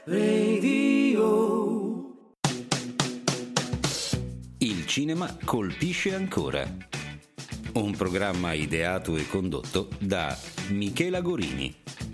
Radio. Il cinema colpisce ancora. Un programma ideato e condotto da Michela Gorini.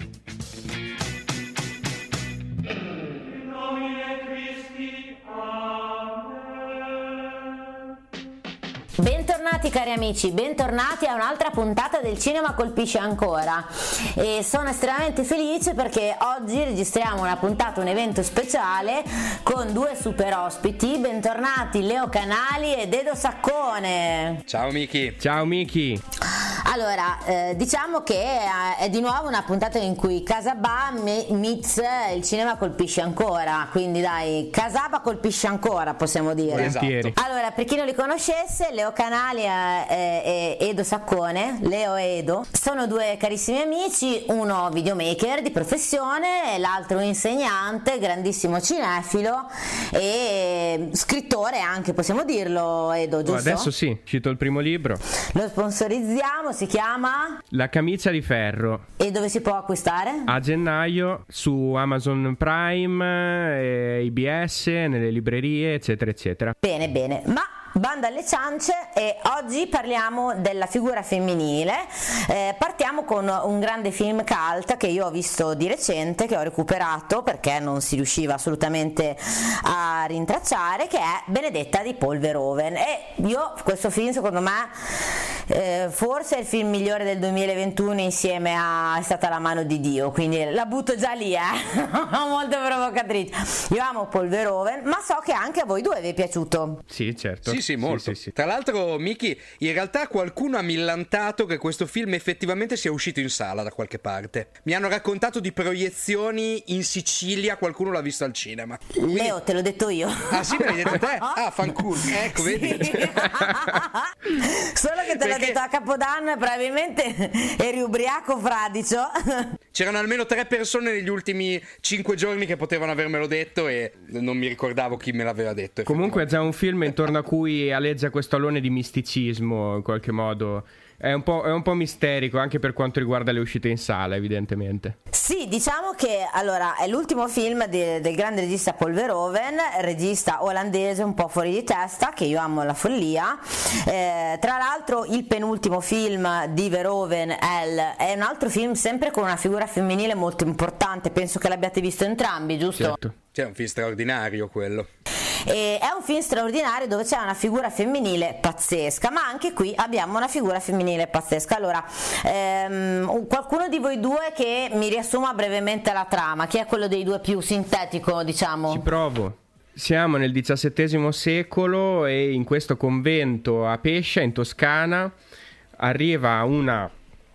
Bentornati cari amici, bentornati a un'altra puntata del Cinema Colpisce Ancora, e sono estremamente felice perché oggi registriamo una puntata, un evento speciale con due super ospiti. Bentornati Leo Canali ed Edo Saccone. Ciao Miki. Ciao Miki. Allora, diciamo che è di nuovo una puntata in cui Casabà meets il cinema colpisce ancora, quindi dai, Casabà colpisce ancora, possiamo dire. Esatto. Allora, per chi non li conoscesse, Leo Canali e Edo Saccone, Leo e Edo, sono due carissimi amici, uno videomaker di professione e l'altro insegnante, grandissimo cinefilo e scrittore anche, possiamo dirlo, Edo, giusto? Adesso sì, è uscito il primo libro. Lo sponsorizziamo, si chiama La camicia di ferro. E dove si può acquistare? A gennaio su Amazon Prime, IBS, nelle librerie, eccetera eccetera. Bene, bene, ma banda alle ciance, e oggi parliamo della figura femminile. Partiamo con un grande film cult che io ho visto di recente, che ho recuperato perché non si riusciva assolutamente a rintracciare, che è Benedetta di Paul Verhoeven. E io questo film, secondo me, forse è il film migliore del 2021 insieme a È stata la mano di Dio, quindi la butto già lì, molto provocatrice. Io amo Paul Verhoeven, ma so che anche a voi due vi è piaciuto. Sì, certo. Sì, molto. Sì. Tra l'altro, Miki, in realtà qualcuno ha millantato che questo film effettivamente sia uscito in sala da qualche parte. Mi hanno raccontato di proiezioni in Sicilia, qualcuno l'ha visto al cinema. Quindi... Leo, te l'ho detto io. Ah sì, me l'hai detto te? Ah, fanculo. Ecco, Sì. vedi? Solo che te l'ho Perché- detto a Capodanno e probabilmente eri ubriaco fradicio. C'erano almeno 3 persone negli ultimi 5 giorni che potevano avermelo detto e non mi ricordavo chi me l'aveva detto. Comunque è già un film intorno a cui aleggia questo alone di misticismo, in qualche modo. È un po' misterico anche per quanto riguarda le uscite in sala, evidentemente. Sì, diciamo che allora è l'ultimo film del grande regista Paul Verhoeven, regista olandese un po' fuori di testa, che io amo alla follia. Tra l'altro il penultimo film di Verhoeven è un altro film sempre con una figura femminile molto importante, penso che l'abbiate visto entrambi, giusto? Certo. C'è un film straordinario quello. E è un film straordinario dove c'è una figura femminile pazzesca, ma anche qui abbiamo una figura femminile pazzesca. Allora, qualcuno di voi due che mi riassuma brevemente la trama, chi è quello dei due più sintetico, diciamo? Ci provo. Siamo nel XVII secolo e in questo convento a Pescia, in Toscana, arriva una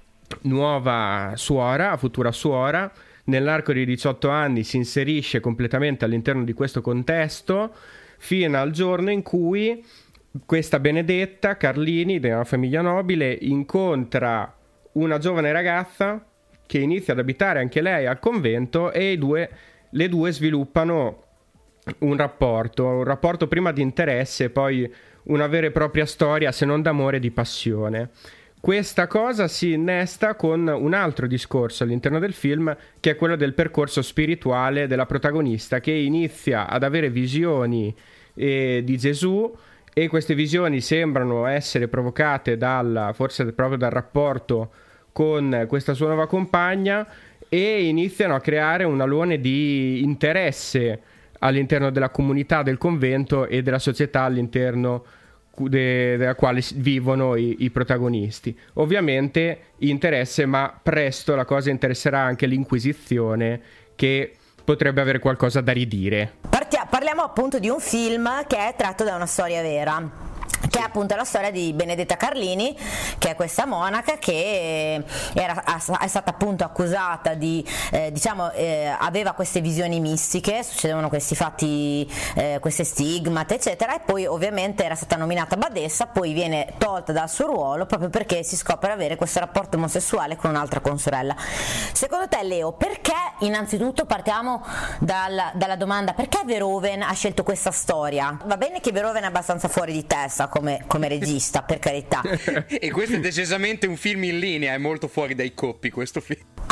nuova suora, futura suora. Nell'arco di 18 anni si inserisce completamente all'interno di questo contesto, fino al giorno in cui questa Benedetta Carlini, della famiglia nobile, incontra una giovane ragazza che inizia ad abitare anche lei al convento, e le due sviluppano un rapporto prima di interesse, poi una vera e propria storia, se non d'amore, di passione. Questa cosa si innesta con un altro discorso all'interno del film, che è quello del percorso spirituale della protagonista, che inizia ad avere visioni di Gesù, e queste visioni sembrano essere provocate forse proprio dal rapporto con questa sua nuova compagna, e iniziano a creare un alone di interesse all'interno della comunità del convento e della società all'interno della quale vivono i protagonisti. Ovviamente interesse, ma presto la cosa interesserà anche l'Inquisizione, che potrebbe avere qualcosa da ridire. Parliamo appunto di un film che è tratto da una storia vera, che è appunto la storia di Benedetta Carlini, che è questa monaca che è stata appunto accusata di aveva queste visioni mistiche, succedevano questi fatti, queste stigmate eccetera, e poi ovviamente era stata nominata badessa, poi viene tolta dal suo ruolo proprio perché si scopre avere questo rapporto omosessuale con un'altra consorella. Secondo te, Leo, perché, innanzitutto partiamo dalla domanda, perché Verhoeven ha scelto questa storia? Va bene che Verhoeven è abbastanza fuori di testa come regista, per carità. E questo è decisamente un film in linea, è molto fuori dai coppi questo film.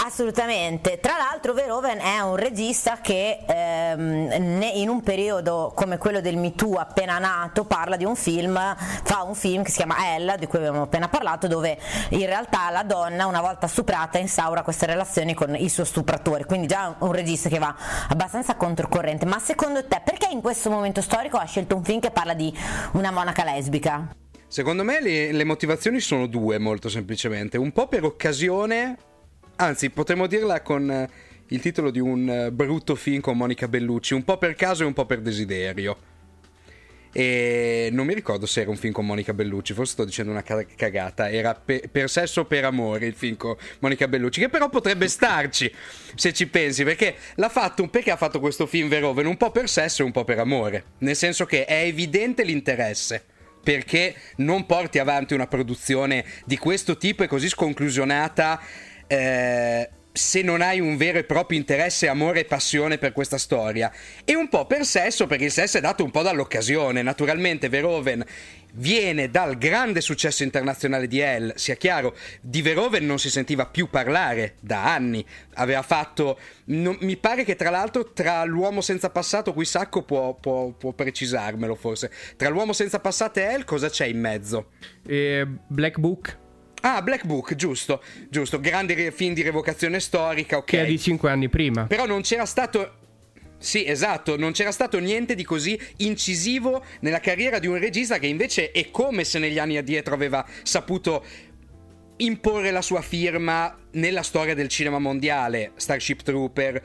Assolutamente. Tra l'altro Verhoeven è un regista che in un periodo come quello del Me Too appena nato fa un film che si chiama Ella, di cui abbiamo appena parlato, dove in realtà la donna, una volta stuprata, instaura queste relazioni con il suo stupratore, quindi già un regista che va abbastanza controcorrente. Ma secondo te perché in questo momento storico ha scelto un film che parla di una monaca lesbica? Secondo me le motivazioni sono due, molto semplicemente. Un po' per occasione, anzi potremmo dirla con il titolo di un brutto film con Monica Bellucci, un po' per caso e un po' per desiderio. E non mi ricordo se era un film con Monica Bellucci, forse sto dicendo una cagata. Era Per sesso o per amore il film con Monica Bellucci, che però potrebbe starci se ci pensi, perché perché ha fatto questo film Verhoeven? Un po' per sesso e un po' per amore, nel senso che è evidente l'interesse. Perché non porti avanti una produzione di questo tipo e così sconclusionata se non hai un vero e proprio interesse, amore e passione per questa storia? E un po' per sesso, perché il sesso è dato un po' dall'occasione. Naturalmente Verhoeven viene dal grande successo internazionale di Elle, sia chiaro, di Verhoeven non si sentiva più parlare da anni. Aveva fatto, mi pare che tra l'altro tra L'uomo senza passato, qui Sacco può precisarmelo forse, tra L'uomo senza passato e Elle cosa c'è in mezzo? Black Book. Ah, Black Book, giusto, grande film di rievocazione storica, ok. Che è di 5 anni prima. Però non c'era stato... Sì, esatto, non c'era stato niente di così incisivo nella carriera di un regista che invece è come se negli anni addietro aveva saputo imporre la sua firma nella storia del cinema mondiale. Starship Trooper,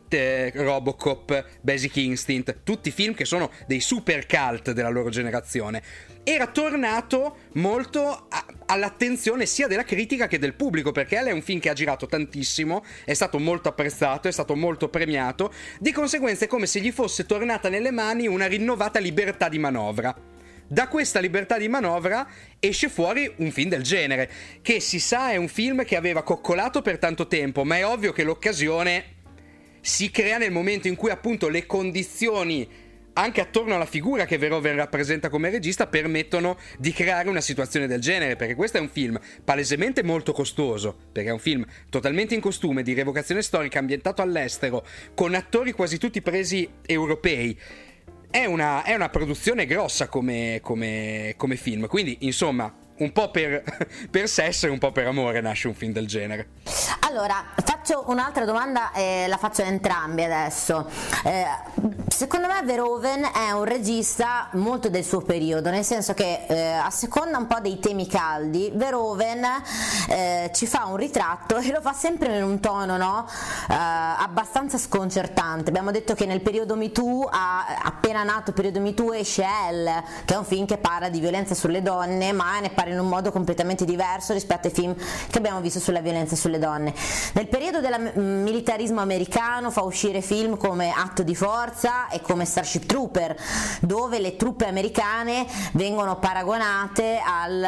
Robocop, Basic Instinct, tutti film che sono dei super cult della loro generazione. Era tornato molto all'attenzione sia della critica che del pubblico, perché è un film che ha girato tantissimo, è stato molto apprezzato, è stato molto premiato. Di conseguenza è come se gli fosse tornata nelle mani una rinnovata libertà di manovra. Da questa libertà di manovra esce fuori un film del genere, che si sa è un film che aveva coccolato per tanto tempo, ma è ovvio che l'occasione si crea nel momento in cui appunto le condizioni anche attorno alla figura che Verhoeven rappresenta come regista permettono di creare una situazione del genere, perché questo è un film palesemente molto costoso, perché è un film totalmente in costume, di rievocazione storica, ambientato all'estero, con attori quasi tutti presi europei. È una produzione grossa come film, quindi insomma un po' per sesso e un po' per amore nasce un film del genere. Allora, faccio un'altra domanda e la faccio a entrambi adesso. Secondo me Verhoeven è un regista molto del suo periodo, nel senso che a seconda un po' dei temi caldi Verhoeven ci fa un ritratto e lo fa sempre in un tono, no? Abbastanza sconcertante. Abbiamo detto che nel periodo Me Too, appena nato il periodo Me Too, esce Elle, che è un film che parla di violenza sulle donne, ma ne parla in un modo completamente diverso rispetto ai film che abbiamo visto sulla violenza sulle donne. Nel periodo del militarismo americano fa uscire film come Atto di forza e come Starship Trooper, dove le truppe americane vengono paragonate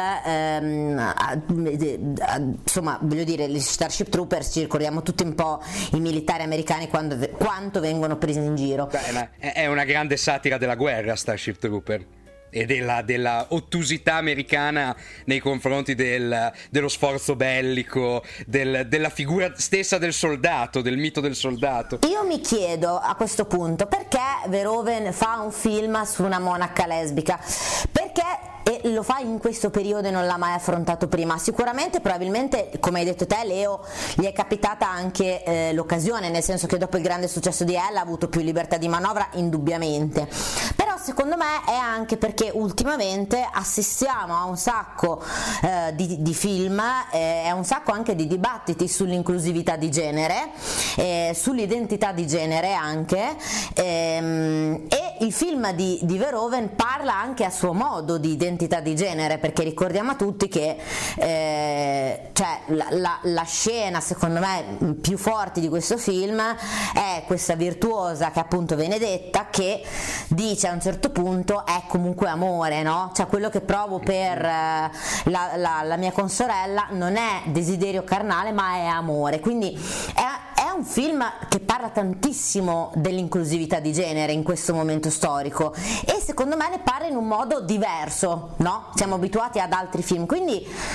insomma, voglio dire, gli Starship Troopers, ci ricordiamo tutti un po' i militari americani quanto vengono presi in giro. È una grande satira della guerra Starship Trooper e della ottusità americana nei confronti dello sforzo bellico, della figura stessa del soldato, del mito del soldato. Io mi chiedo a questo punto perché Verhoeven fa un film su una monaca lesbica, perché e lo fa in questo periodo e non l'ha mai affrontato prima. Sicuramente, probabilmente, come hai detto te Leo, gli è capitata anche l'occasione, nel senso che dopo il grande successo di Elle ha avuto più libertà di manovra, indubbiamente. Però secondo me è anche perché ultimamente assistiamo a un sacco di film e a un sacco anche di dibattiti sull'inclusività di genere, sull'identità di genere anche, e il film di Verhoeven parla anche a suo modo di identità di genere, perché ricordiamo a tutti che cioè la scena secondo me più forte di questo film è questa virtuosa che è appunto Benedetta, che dice a un certo punto è comunque amore, no? Cioè quello che provo per la mia consorella non è desiderio carnale ma è amore, quindi è un film che parla tantissimo dell'inclusività di genere in questo momento storico e secondo me ne parla in un modo diverso, no? Siamo abituati ad altri film, quindi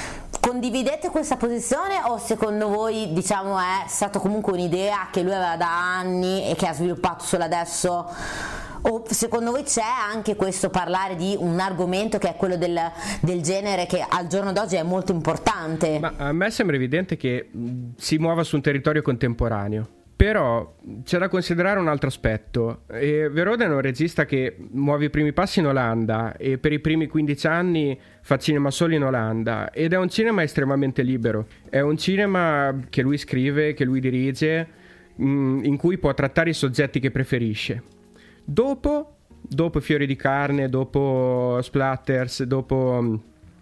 condividete questa posizione o secondo voi, diciamo, è stato comunque un'idea che lui aveva da anni e che ha sviluppato solo adesso? O secondo voi c'è anche questo parlare di un argomento che è quello del genere, che al giorno d'oggi è molto importante? Ma a me sembra evidente che si muova su un territorio contemporaneo. Però c'è da considerare un altro aspetto. Verhoeven è un regista che muove i primi passi in Olanda e per i primi 15 anni fa cinema solo in Olanda, ed è un cinema estremamente libero. È un cinema che lui scrive, che lui dirige, in cui può trattare i soggetti che preferisce. Dopo Fiori di carne, dopo Splatters, dopo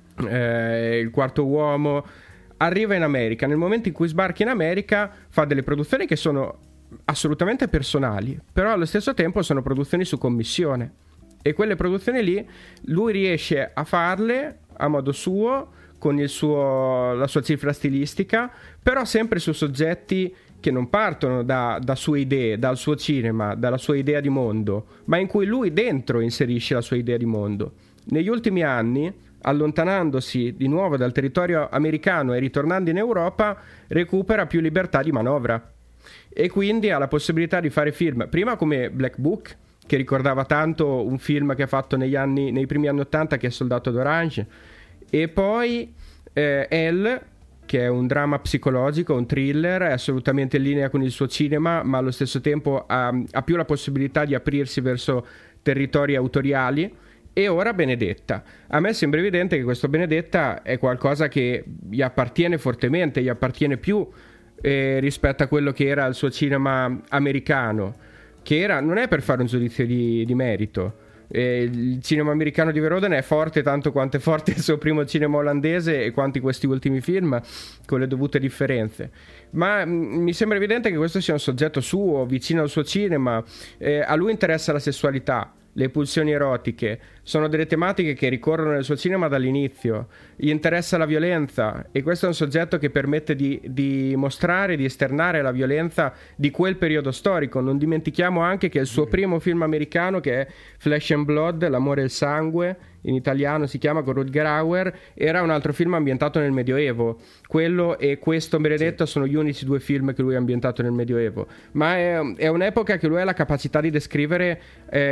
Il quarto uomo, arriva in America. Nel momento in cui sbarca in America fa delle produzioni che sono assolutamente personali, però allo stesso tempo sono produzioni su commissione, e quelle produzioni lì lui riesce a farle a modo suo, con la sua cifra stilistica, però sempre su soggetti che non partono da sue idee, dal suo cinema, dalla sua idea di mondo, ma in cui lui dentro inserisce la sua idea di mondo. Negli ultimi anni, allontanandosi di nuovo dal territorio americano e ritornando in Europa, recupera più libertà di manovra e quindi ha la possibilità di fare film, prima come Black Book, che ricordava tanto un film che ha fatto nei primi anni '80, che è Soldato d'Orange, e poi Elle, che è un dramma psicologico, un thriller, è assolutamente in linea con il suo cinema, ma allo stesso tempo ha più la possibilità di aprirsi verso territori autoriali. E ora Benedetta. A me sembra evidente che questo Benedetta è qualcosa che gli appartiene fortemente, gli appartiene più rispetto a quello che era il suo cinema americano, che non è per fare un giudizio di merito. Il cinema americano di Verhoeven è forte tanto quanto è forte il suo primo cinema olandese e quanti questi ultimi film, con le dovute differenze. Ma mi sembra evidente che questo sia un soggetto suo, vicino al suo cinema. A lui interessa la sessualità, le pulsioni erotiche, sono delle tematiche che ricorrono nel suo cinema dall'inizio. Gli interessa la violenza, e questo è un soggetto che permette di mostrare, di esternare la violenza di quel periodo storico. Non dimentichiamo anche che il suo primo film americano, che è Flesh and Blood, L'amore e il sangue, in italiano si chiama, con Rutger Hauer, era un altro film ambientato nel Medioevo. Quello e questo Benedetto sono gli unici due film che lui ha ambientato nel Medioevo, ma è un'epoca che lui ha la capacità di descrivere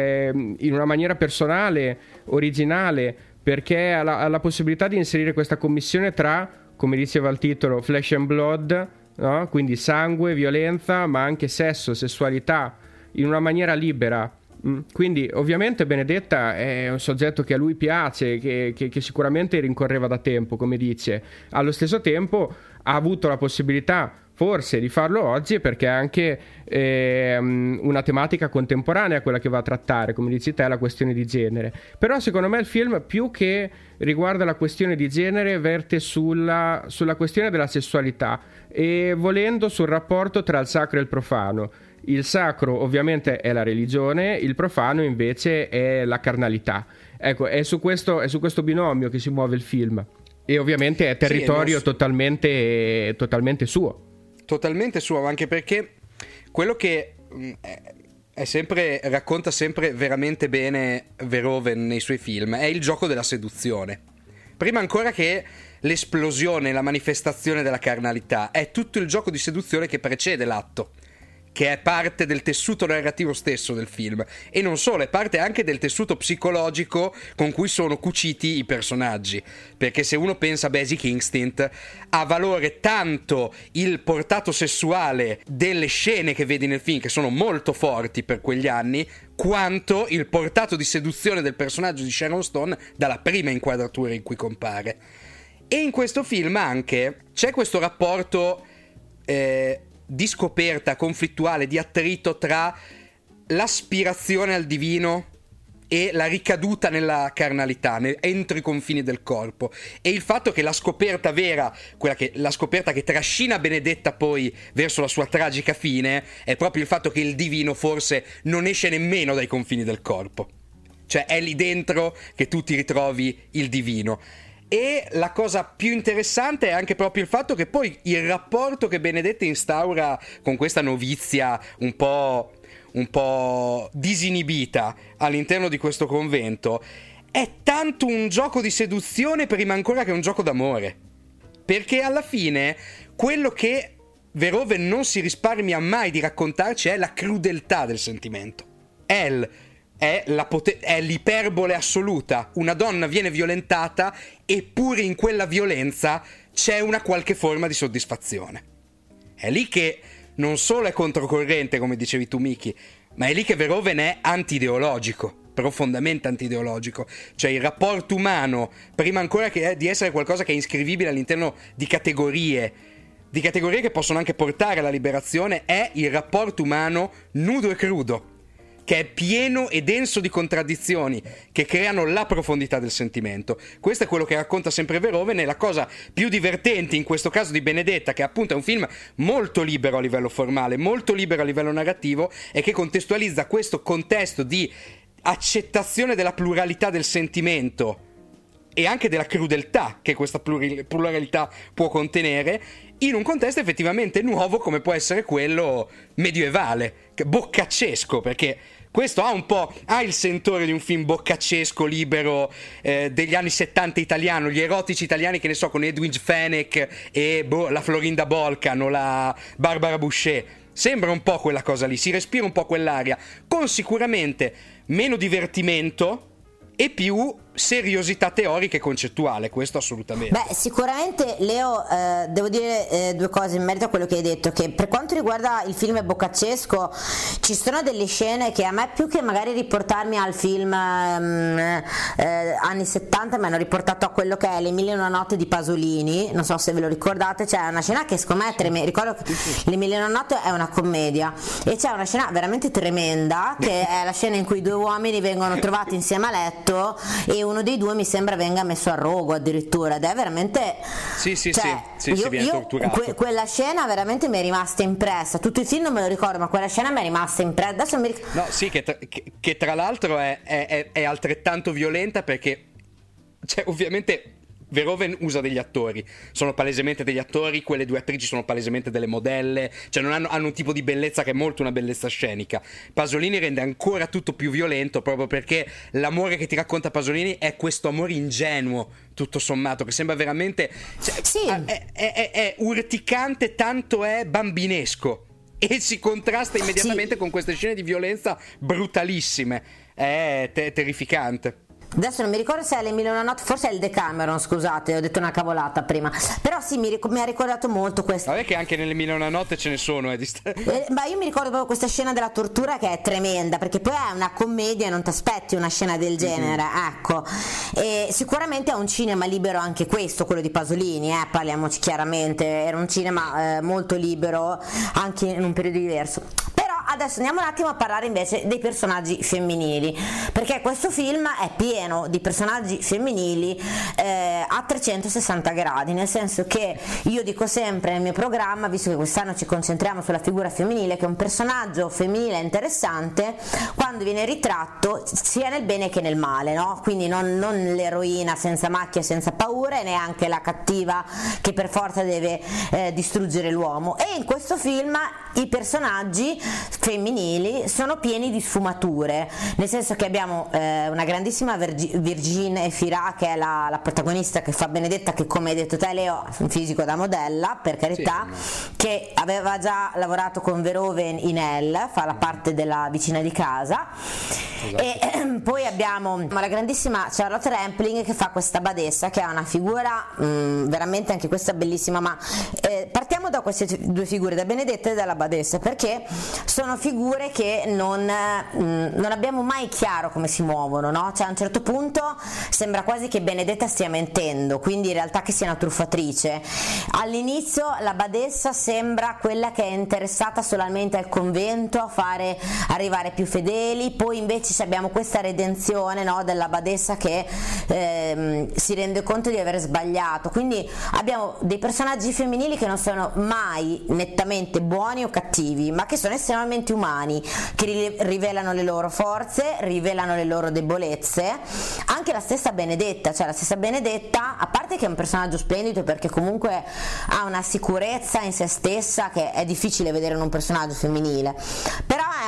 in una maniera personale, originale, perché ha la possibilità di inserire questa commissione tra, come diceva il titolo, Flesh and Blood, no? Quindi sangue, violenza, ma anche sesso, sessualità, in una maniera libera. Quindi ovviamente Benedetta è un soggetto che a lui piace, che sicuramente rincorreva da tempo, come dice. Allo stesso tempo ha avuto la possibilità forse di farlo oggi, perché è anche una tematica contemporanea quella che va a trattare, come dici te, la questione di genere. Però secondo me il film, più che riguarda la questione di genere, verte sulla questione della sessualità, e volendo sul rapporto tra il sacro e il profano. Il sacro ovviamente è la religione, il profano invece è la carnalità. Ecco, è su questo binomio che si muove il film, e ovviamente è territorio totalmente suo. Totalmente suo, anche perché quello che racconta sempre veramente bene Verhoeven nei suoi film è il gioco della seduzione. Prima ancora che l'esplosione, la manifestazione della carnalità, è tutto il gioco di seduzione che precede l'atto, che è parte del tessuto narrativo stesso del film, e non solo, è parte anche del tessuto psicologico con cui sono cuciti i personaggi. Perché se uno pensa a Basic Instinct, ha valore tanto il portato sessuale delle scene che vedi nel film, che sono molto forti per quegli anni, quanto il portato di seduzione del personaggio di Sharon Stone dalla prima inquadratura in cui compare. E in questo film anche c'è questo rapporto di scoperta conflittuale, di attrito tra l'aspirazione al divino e la ricaduta nella carnalità, entro i confini del corpo, e il fatto che la scoperta vera, la scoperta che trascina Benedetta poi verso la sua tragica fine, è proprio il fatto che il divino forse non esce nemmeno dai confini del corpo, cioè è lì dentro che tu ti ritrovi il divino. E la cosa più interessante è anche proprio il fatto che poi il rapporto che Benedetta instaura con questa novizia un po' disinibita all'interno di questo convento è tanto un gioco di seduzione prima ancora che un gioco d'amore. perché alla fine quello che Verhoeven non si risparmia mai di raccontarci è la crudeltà del sentimento. È l'iperbole assoluta. Una donna viene violentata, eppure in quella violenza c'è una qualche forma di soddisfazione. È lì che non solo è controcorrente, come dicevi tu, Miki, ma è lì che Verhoeven è antideologico, profondamente antideologico. Cioè il rapporto umano, prima ancora che di essere qualcosa che è iscrivibile all'interno di categorie che possono anche portare alla liberazione, è il rapporto umano nudo e crudo, che è pieno e denso di contraddizioni che creano la profondità del sentimento. Questo è quello che racconta sempre Verhoeven, e la cosa più divertente in questo caso di Benedetta, che appunto è un film molto libero a livello formale, molto libero a livello narrativo, è che contestualizza questo contesto di accettazione della pluralità del sentimento e anche della crudeltà che questa pluralità può contenere, in un contesto effettivamente nuovo come può essere quello medievale, boccaccesco, perché questo ha il sentore di un film boccaccesco libero degli anni 70 italiano, gli erotici italiani, che ne so, con Edwige Fenech e la Florinda Bolkan o la Barbara Boucher. Sembra un po' quella cosa lì, si respira un po' quell'aria, con sicuramente meno divertimento e più seriosità teorica e concettuale, questo assolutamente. Beh, sicuramente Leo, devo dire due cose in merito a quello che hai detto, che per quanto riguarda il film boccaccesco ci sono delle scene che a me, più che magari riportarmi al film anni 70, mi hanno riportato a quello che è Le Mille e una notte di Pasolini, non so se ve lo ricordate. C'è una scena che secondo me è tremenda, ricordo che Le Mille e una notte è una commedia e c'è una scena veramente tremenda che è la scena in cui due uomini vengono trovati insieme a letto e uno dei due mi sembra venga messo a rogo addirittura, ed è veramente viene torturato. Quella scena veramente mi è rimasta impressa. Tutto il film non me lo ricordo, ma quella scena mi è rimasta impressa. Adesso mi ricordo. No, sì, che tra l'altro è altrettanto violenta, perché ovviamente Verhoeven usa degli attori, sono palesemente degli attori, quelle due attrici sono palesemente delle modelle, cioè non hanno un tipo di bellezza che è molto una bellezza scenica. Pasolini rende ancora tutto più violento, proprio perché l'amore che ti racconta Pasolini è questo amore ingenuo, tutto sommato, che sembra veramente è urticante, tanto è bambinesco, e si contrasta immediatamente con queste scene di violenza brutalissime. È terrificante. Adesso non mi ricordo se è Le Mille e una notte, forse è il Decameron, scusate, ho detto una cavolata prima, però sì, mi ha ricordato molto questo. Vabbè che anche nelle Mille e una notte ce ne sono ma io mi ricordo proprio questa scena della tortura, che è tremenda, perché poi è una commedia e non ti aspetti una scena del genere, ecco. E sicuramente è un cinema libero anche questo, quello di Pasolini, parliamoci chiaramente, era un cinema molto libero anche in un periodo diverso. Adesso andiamo un attimo a parlare invece dei personaggi femminili, perché questo film è pieno di personaggi femminili a 360 gradi, nel senso che io dico sempre nel mio programma, visto che quest'anno ci concentriamo sulla figura femminile, che un personaggio femminile interessante quando viene ritratto sia nel bene che nel male, no? Quindi non l'eroina senza macchie, senza paure, e neanche la cattiva che per forza deve distruggere l'uomo. E in questo film i personaggi femminili sono pieni di sfumature, nel senso che abbiamo una grandissima Virginie Efira, che è la protagonista, che fa Benedetta, che come hai detto te Leo è un fisico da modella, per carità, che aveva già lavorato con Verhoeven in Elle, fa la parte della vicina di casa. E poi abbiamo la grandissima Charlotte Rampling, che fa questa badessa, che ha una figura veramente anche questa bellissima. Ma partiamo da queste due figure, da Benedetta e dalla badessa, perché sono figure che non abbiamo mai chiaro come si muovono, no? Cioè a un certo punto sembra quasi che Benedetta stia mentendo, quindi in realtà che sia una truffatrice. All'inizio la badessa sembra quella che è interessata solamente al convento, a fare arrivare più fedeli, poi invece abbiamo questa redenzione, no, della badessa che si rende conto di aver sbagliato. Quindi abbiamo dei personaggi femminili che non sono mai nettamente buoni o cattivi, ma che sono estremamente umani, che rivelano le loro forze, rivelano le loro debolezze. Anche la stessa Benedetta, a parte che è un personaggio splendido, perché comunque ha una sicurezza in se stessa che è difficile vedere in un personaggio femminile, però è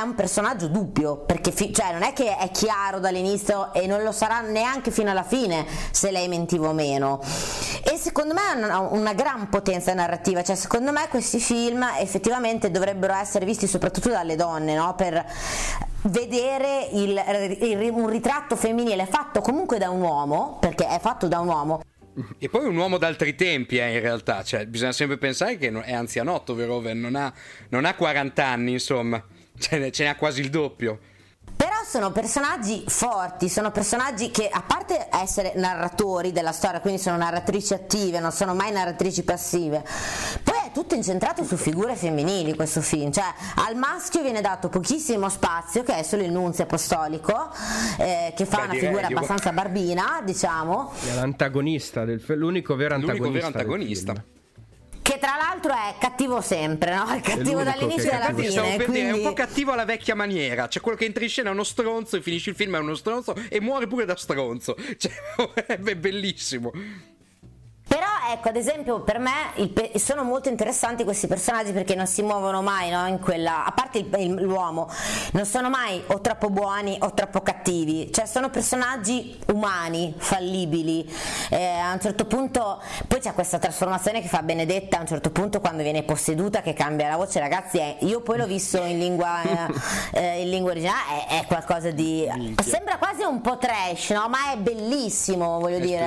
è un personaggio dubbio, perché cioè non è che è chiaro dall'inizio e non lo sarà neanche fino alla fine se lei mentiva o meno. E secondo me ha una gran potenza narrativa, cioè secondo me questi film effettivamente dovrebbero essere visti soprattutto dalle donne, no? Per vedere un ritratto femminile fatto comunque da un uomo, perché è fatto da un uomo. E poi un uomo d'altri tempi, in realtà, cioè bisogna sempre pensare che è anzianotto, Verhoeven, non ha 40 anni, insomma, ce ne ha quasi il doppio. Però sono personaggi forti, sono personaggi che, a parte essere narratori della storia, quindi sono narratrici attive, non sono mai narratrici passive, poi è tutto incentrato su figure femminili questo film, cioè al maschio viene dato pochissimo spazio, che è solo il nunzio apostolico, che fa una figura abbastanza barbina, diciamo. È l'antagonista l'unico vero antagonista. Che tra l'altro è cattivo sempre, no? È cattivo dall'inizio alla fine. Quindi... È un po' cattivo alla vecchia maniera. Cioè, quello che entra in scena è uno stronzo e finisce il film è uno stronzo e muore pure da stronzo. Cioè, è bellissimo. Però ecco, ad esempio, per me sono molto interessanti questi personaggi perché non si muovono mai, no? In quella, a parte l'uomo, non sono mai o troppo buoni o troppo cattivi, cioè sono personaggi umani, fallibili. A un certo punto, poi c'è questa trasformazione che fa Benedetta a un certo punto quando viene posseduta, che cambia la voce, ragazzi. Io poi l'ho visto in lingua originale, è qualcosa di. Sembra quasi un po' trash, no? Ma è bellissimo, voglio dire.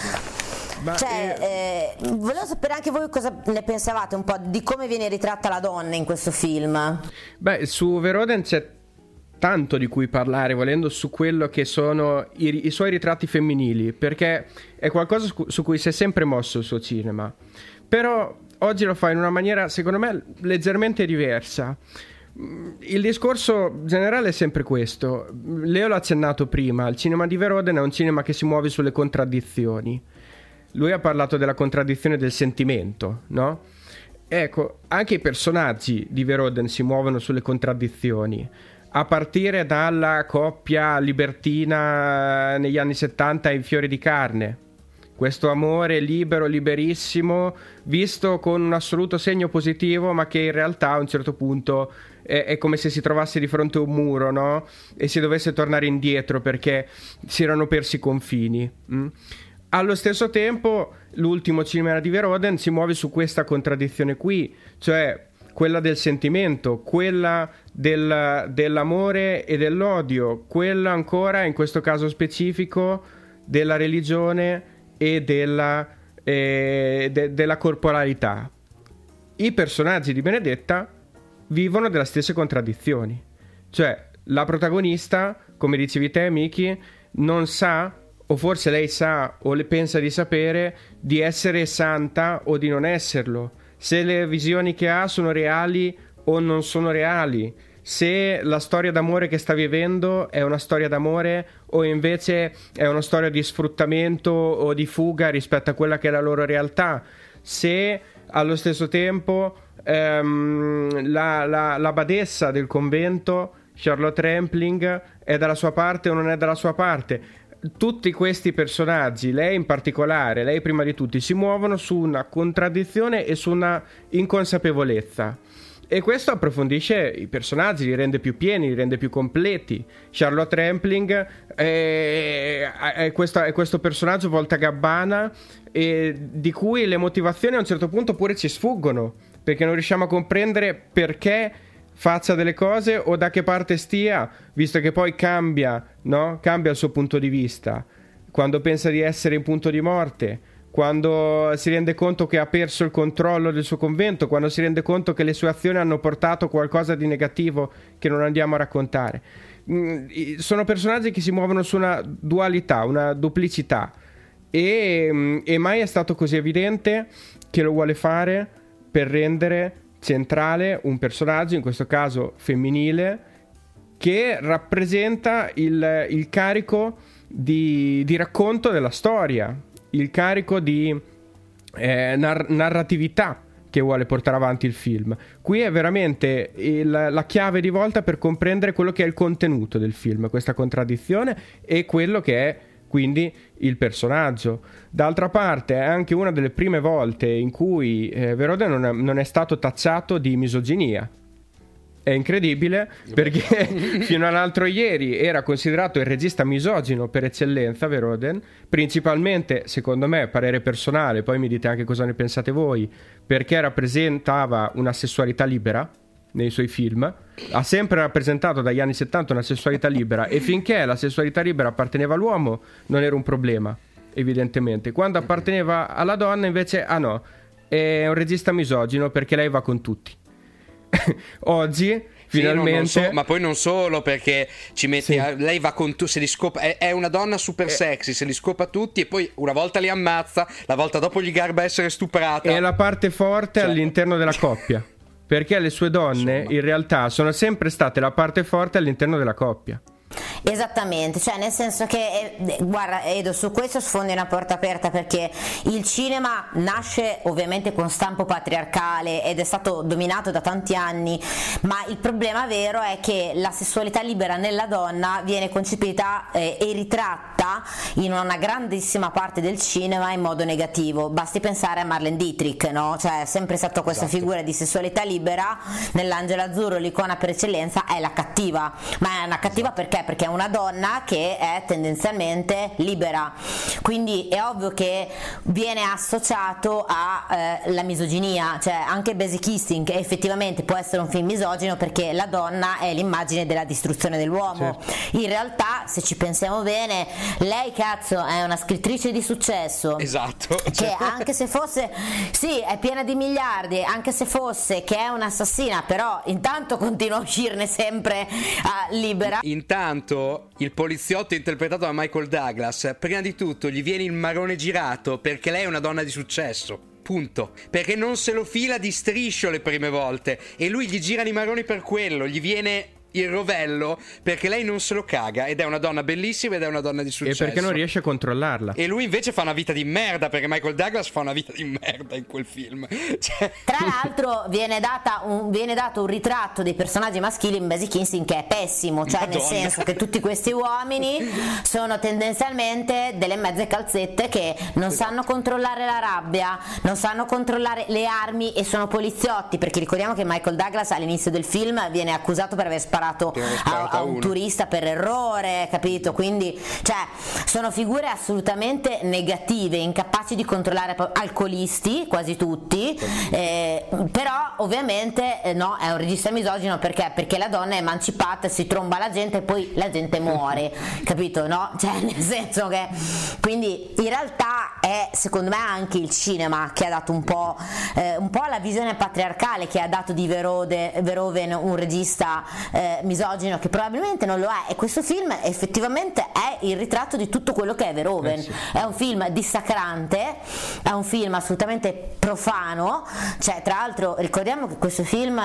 Volevo sapere anche voi cosa ne pensavate un po' di come viene ritratta la donna in questo film. Beh, su Verhoeven c'è tanto di cui parlare, volendo, su quello che sono i suoi ritratti femminili, perché è qualcosa su cui si è sempre mosso il suo cinema, però oggi lo fa in una maniera secondo me leggermente diversa. Il discorso generale è sempre questo. Leo l'ha accennato prima, il cinema di Verhoeven è un cinema che si muove sulle contraddizioni. Lui ha parlato della contraddizione del sentimento, no? Ecco, anche i personaggi di Verhoeven si muovono sulle contraddizioni, a partire dalla coppia libertina negli anni 70 in Fiori di carne. Questo amore libero, liberissimo, visto con un assoluto segno positivo, ma che in realtà a un certo punto è come se si trovasse di fronte a un muro, no? E si dovesse tornare indietro perché si erano persi i confini. Allo stesso tempo l'ultimo cinema di Verhoeven si muove su questa contraddizione qui, cioè quella del sentimento, quella dell'amore e dell'odio, quella ancora in questo caso specifico della religione e della corporalità. I personaggi di Benedetta vivono delle stesse contraddizioni, cioè la protagonista, come dicevi te Miki, non sa, o forse lei sa o le pensa di sapere, di essere santa o di non esserlo, se le visioni che ha sono reali o non sono reali, se la storia d'amore che sta vivendo è una storia d'amore o invece è una storia di sfruttamento o di fuga rispetto a quella che è la loro realtà, se allo stesso tempo la badessa del convento, Charlotte Rampling, è dalla sua parte o non è dalla sua parte. Tutti questi personaggi, lei in particolare, lei prima di tutti, si muovono su una contraddizione e su una inconsapevolezza, e questo approfondisce i personaggi, li rende più pieni, li rende più completi. Charlotte Rampling è questo personaggio voltagabbana, di cui le motivazioni a un certo punto pure ci sfuggono, perché non riusciamo a comprendere perché faccia delle cose o da che parte stia, visto che poi cambia il suo punto di vista quando pensa di essere in punto di morte, quando si rende conto che ha perso il controllo del suo convento, quando si rende conto che le sue azioni hanno portato qualcosa di negativo che non andiamo a raccontare. Sono personaggi che si muovono su una dualità, una duplicità, e mai è stato così evidente che lo vuole fare per rendere centrale un personaggio, in questo caso femminile, che rappresenta il carico di racconto della storia, il carico di narratività che vuole portare avanti il film. Qui è veramente la chiave di volta per comprendere quello che è il contenuto del film, questa contraddizione, e quello che è quindi il personaggio. D'altra parte è anche una delle prime volte in cui Verhoeven non è stato tacciato di misoginia, È incredibile perché fino all'altro ieri era considerato il regista misogino per eccellenza, Verhoeven, principalmente, secondo me, parere personale, poi mi dite anche cosa ne pensate voi, perché rappresentava una sessualità libera nei suoi film, ha sempre rappresentato dagli anni 70 una sessualità libera, e finché la sessualità libera apparteneva all'uomo non era un problema, evidentemente. Quando apparteneva alla donna invece, no, è un regista misogino perché lei va con tutti. Oggi finalmente sì, ma poi non solo, perché ci metti sì. Lei va con se li scopa, è una donna super sexy, se li scopa tutti e poi una volta li ammazza, la volta dopo gli garba essere stuprata. È la parte forte all'interno della coppia, perché le sue donne in realtà sono sempre state la parte forte all'interno della coppia. Esattamente, cioè nel senso che guarda Edo, su questo sfondi una porta aperta, perché il cinema nasce ovviamente con stampo patriarcale ed è stato dominato da tanti anni, ma il problema vero è che la sessualità libera nella donna viene concepita e ritratta in una grandissima parte del cinema in modo negativo. Basti pensare a Marlene Dietrich, no? Cioè è sempre stata questa figura di sessualità libera. Nell'Angelo Azzurro l'icona per eccellenza è la cattiva, ma è una cattiva perché è una donna che è tendenzialmente libera, quindi è ovvio che viene associato alla misoginia. Cioè anche Basic Instinct effettivamente può essere un film misogino perché la donna è l'immagine della distruzione dell'uomo. In realtà, se ci pensiamo bene, lei cazzo è una scrittrice di successo, che anche se fosse è piena di miliardi, anche se fosse che è un'assassina, però intanto continua a uscirne sempre libera. Intanto il poliziotto interpretato da Michael Douglas, prima di tutto gli viene il marrone girato perché lei è una donna di successo, punto, perché non se lo fila di striscio le prime volte e lui gli girano i marroni per quello, gli viene il rovello perché lei non se lo caga ed è una donna bellissima ed è una donna di successo, e perché non riesce a controllarla, e lui invece fa una vita di merda, perché Michael Douglas fa una vita di merda in quel film. Tra l'altro viene dato un ritratto dei personaggi maschili in Basic Instinct che è pessimo, cioè nel senso che tutti questi uomini sono tendenzialmente delle mezze calzette che non sanno controllare la rabbia, non sanno controllare le armi e sono poliziotti, perché ricordiamo che Michael Douglas all'inizio del film viene accusato per aver sparato a un turista per errore, capito? Quindi cioè sono figure assolutamente negative, incapaci di controllare, alcolisti quasi tutti, però ovviamente no, è un regista misogino perché la donna è emancipata, si tromba la gente e poi la gente muore, capito? No? Cioè nel senso che quindi in realtà è secondo me anche il cinema che ha dato un po' la visione patriarcale che ha dato di Verhoeven un regista misogino, che probabilmente non lo è, e questo film effettivamente è il ritratto di tutto quello che è Verhoeven. È un film dissacrante, è un film assolutamente profano, cioè tra l'altro ricordiamo che questo film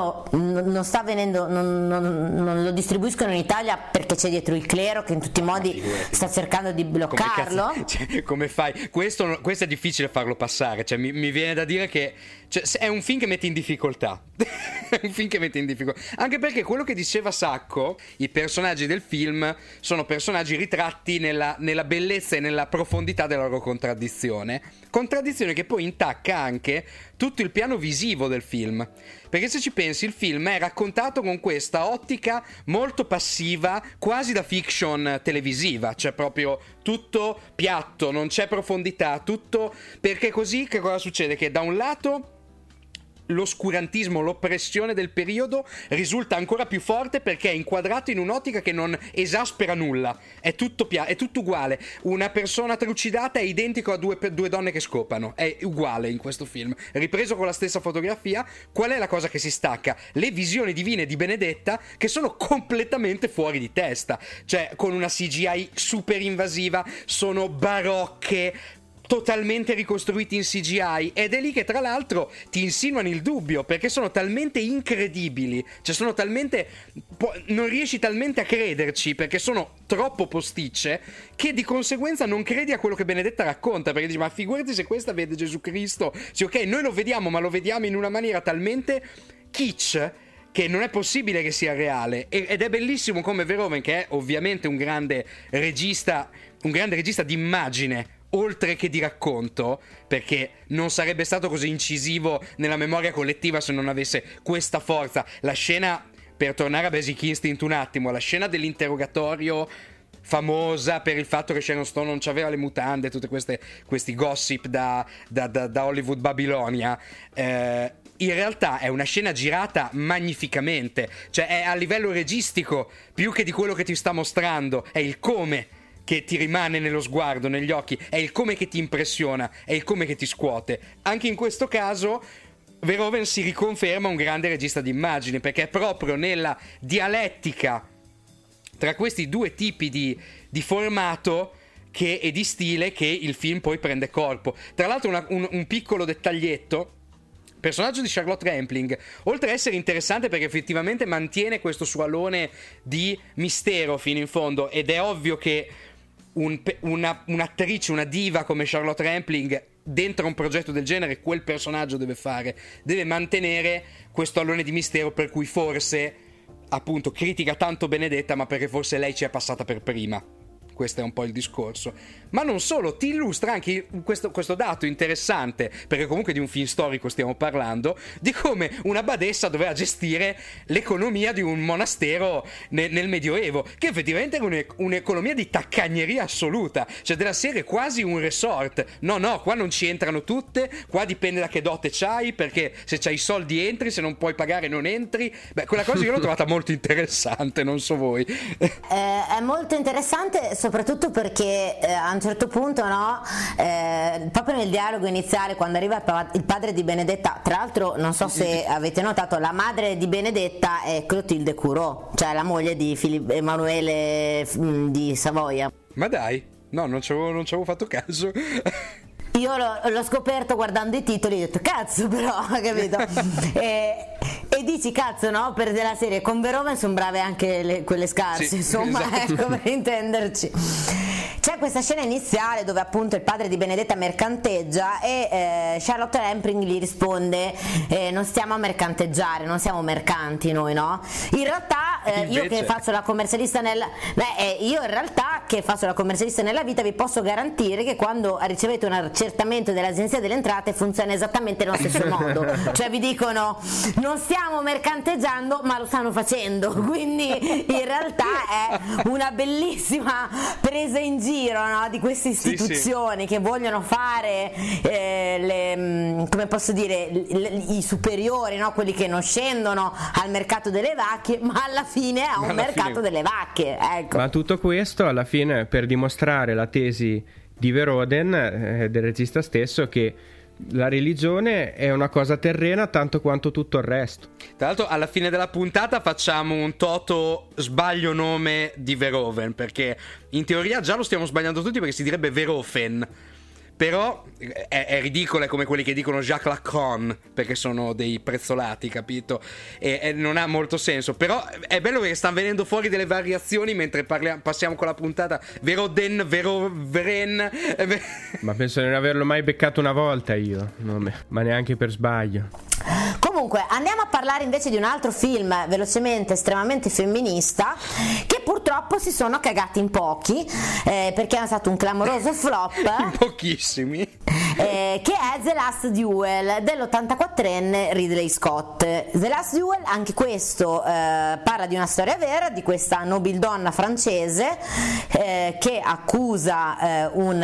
non sta venendo, non lo distribuiscono in Italia perché c'è dietro il clero che in tutti i modi sta cercando di bloccarlo. Come fai? Questo è difficile farlo passare, cioè mi viene da dire che è un film che mette in difficoltà. È un film che mette in difficoltà, anche perché quello che diceva Sacco, i personaggi del film sono personaggi ritratti nella bellezza e nella profondità della loro contraddizione che poi intacca anche tutto il piano visivo del film, perché se ci pensi il film è raccontato con questa ottica molto passiva, quasi da fiction televisiva, cioè proprio tutto piatto, non c'è profondità, tutto, perché così che cosa succede? Che da un lato l'oscurantismo, l'oppressione del periodo risulta ancora più forte perché è inquadrato in un'ottica che non esaspera nulla, è tutto uguale. Una persona trucidata è identico a due donne che scopano, è uguale in questo film, ripreso con la stessa fotografia. Qual è la cosa che si stacca? Le visioni divine di Benedetta, che sono completamente fuori di testa, cioè con una CGI super invasiva, sono barocche, totalmente ricostruiti in CGI, ed è lì che tra l'altro ti insinuano il dubbio, perché sono talmente incredibili, cioè sono talmente non riesci talmente a crederci perché sono troppo posticce, che di conseguenza non credi a quello che Benedetta racconta, perché dici ma figurati se questa vede Gesù Cristo, sì, ok, noi lo vediamo, ma lo vediamo in una maniera talmente kitsch che non è possibile che sia reale. Ed è bellissimo come Verhoeven, che è ovviamente un grande regista d'immagine oltre che di racconto, perché non sarebbe stato così incisivo nella memoria collettiva se non avesse questa forza. La scena per tornare a Basic Instinct un attimo, la scena dell'interrogatorio famosa per il fatto che Sharon Stone non c'aveva le mutande, tutte questi gossip da Hollywood Babilonia, in realtà è una scena girata magnificamente, cioè è a livello registico più che di quello che ti sta mostrando, è il come che ti rimane nello sguardo, negli occhi, è il come che ti impressiona, è il come che ti scuote. Anche in questo caso Verhoeven si riconferma un grande regista di immagini, perché è proprio nella dialettica tra questi due tipi di formato e di stile che il film poi prende corpo. Tra l'altro un piccolo dettaglietto: il personaggio di Charlotte Rampling, oltre a essere interessante perché effettivamente mantiene questo suo alone di mistero fino in fondo, ed è ovvio che un'attrice, una diva come Charlotte Rampling dentro un progetto del genere quel personaggio deve mantenere questo alone di mistero, per cui forse appunto critica tanto Benedetta, ma perché forse lei ci è passata per prima. Questo è un po' il discorso. Ma non solo, ti illustra anche questo dato interessante, perché comunque di un film storico stiamo parlando, di come una badessa doveva gestire l'economia di un monastero nel Medioevo, che effettivamente era un'economia di taccagneria assoluta, cioè della serie quasi un resort. No, qua non ci entrano tutte, qua dipende da che dote c'hai, perché se c'hai i soldi entri, se non puoi pagare non entri. Beh, quella cosa io l'ho trovata molto interessante, non so voi. È molto interessante, soprattutto perché a un certo punto, no, proprio nel dialogo iniziale, quando arriva il padre di Benedetta, tra l'altro non so se avete notato, la madre di Benedetta è Clotilde Curot, cioè la moglie di Emanuele di Savoia. Ma dai, no, non ci avevo fatto caso. Io l'ho scoperto guardando i titoli, ho detto cazzo, però, capito? E dici cazzo, no? Per della serie con Verhoeven sono brave anche quelle scarse, sì, insomma, esatto. Ecco, per intenderci. C'è questa scena iniziale dove appunto il padre di Benedetta mercanteggia e Charlotte Rampling gli risponde non stiamo a mercanteggiare, non siamo mercanti noi, no? In realtà io che faccio la commercialista nella vita vi posso garantire che quando ricevete un accertamento dell'Agenzia delle Entrate funziona esattamente nello stesso modo, cioè vi dicono non stiamo mercanteggiando ma lo stanno facendo, quindi in realtà è una bellissima presa in giro, no, di queste istituzioni, sì, che vogliono fare come posso dire, i superiori, no, quelli che non scendono al mercato delle vacche, ma alla fine è un mercato delle vacche, ecco. Ma tutto questo alla fine per dimostrare la tesi di Verhoeven, del regista stesso, che la religione è una cosa terrena tanto quanto tutto il resto. Tra l'altro alla fine della puntata facciamo un toto sbaglio nome di Verhoeven, perché in teoria già lo stiamo sbagliando tutti perché si direbbe Verhoeven, però è ridicolo, è come quelli che dicono Jacques Lacan perché sono dei prezzolati, capito? E non ha molto senso, però è bello perché stanno venendo fuori delle variazioni mentre passiamo con la puntata. Veroden, Veroveren. Ma penso di non averlo mai beccato una volta io, ma neanche per sbaglio. Comunque andiamo a parlare invece di un altro film velocemente estremamente femminista, che purtroppo si sono cagati in pochi, perché è stato un clamoroso flop. In pochissimi. Che è The Last Duel dell'84enne Ridley Scott. The Last Duel, anche questo parla di una storia vera, di questa nobildonna francese che accusa un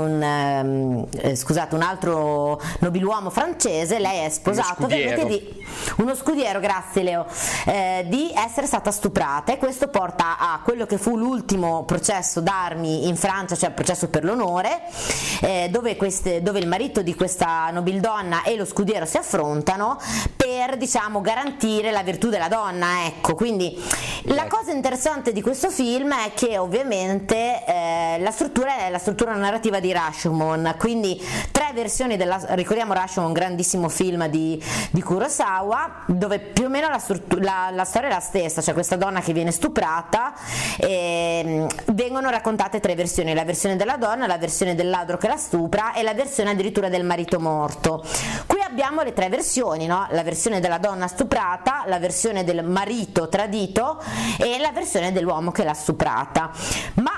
altro nobiluomo francese. Lei è sposato ovviamente uno scudiero, grazie Leo, di essere stata stuprata, e questo porta a quello che fu l'ultimo processo d'armi in Francia, cioè il processo per l'onore, dove il marito di questa nobildonna e lo scudiero si affrontano per, diciamo, garantire la virtù della donna, ecco. Quindi la cosa interessante di questo film è che ovviamente la struttura è la struttura narrativa di Rashomon, quindi tre versioni ricordiamo Rashomon, grandissimo film di Kurosawa, dove più o meno la storia è la stessa, cioè questa donna che viene stuprata, e vengono raccontate tre versioni: la versione della donna, la versione del ladro che la stupra e la versione addirittura del marito morto. Qui abbiamo le tre versioni, no? La versione della donna stuprata, la versione del marito tradito e la versione dell'uomo che l'ha stuprata. Ma per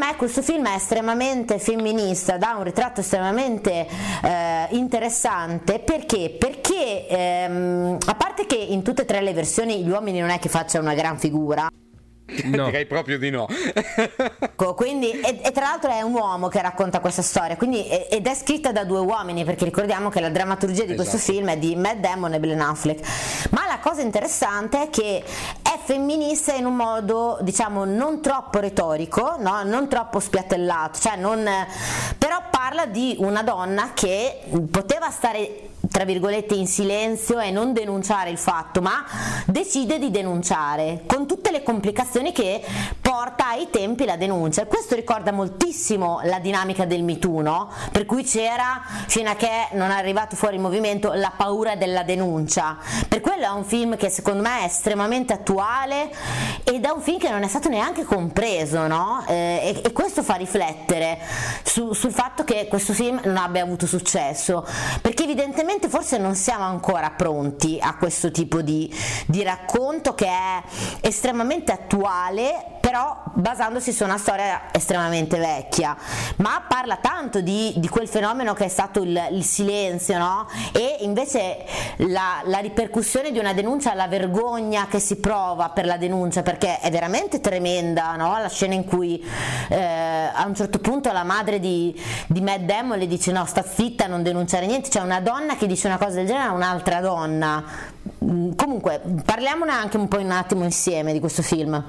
me questo film è estremamente femminista, dà un ritratto estremamente interessante, perché a parte che in tutte e tre le versioni gli uomini non è che facciano una gran figura. No. Direi proprio di no. Quindi, e tra l'altro è un uomo che racconta questa storia, quindi, ed è scritta da due uomini, perché ricordiamo che la drammaturgia di questo film è di Matt Damon e Ben Affleck. Ma la cosa interessante è che è femminista in un modo, diciamo, non troppo retorico, no? Non troppo spiattellato, cioè però parla di una donna che poteva stare, tra virgolette, in silenzio e non denunciare il fatto, ma decide di denunciare con tutte le complicazioni che porta ai tempi la denuncia. Questo ricorda moltissimo la dinamica del Me Too, no? Per cui c'era, fino a che non è arrivato fuori il movimento, la paura della denuncia. Per quello è un film che secondo me è estremamente attuale ed è un film che non è stato neanche compreso, no? E questo fa riflettere sul fatto che questo film non abbia avuto successo, perché evidentemente forse non siamo ancora pronti a questo tipo di racconto, che è estremamente attuale, però basandosi su una storia estremamente vecchia, ma parla tanto di quel fenomeno che è stato il silenzio, no? E invece la ripercussione di una denuncia, la vergogna che si prova per la denuncia, perché è veramente tremenda, no? La scena in cui a un certo punto la madre di Matt Damon le dice: no, sta zitta, non denunciare niente. C'è una donna che dice una cosa del genere a un'altra donna. Comunque parliamone anche un attimo insieme di questo film.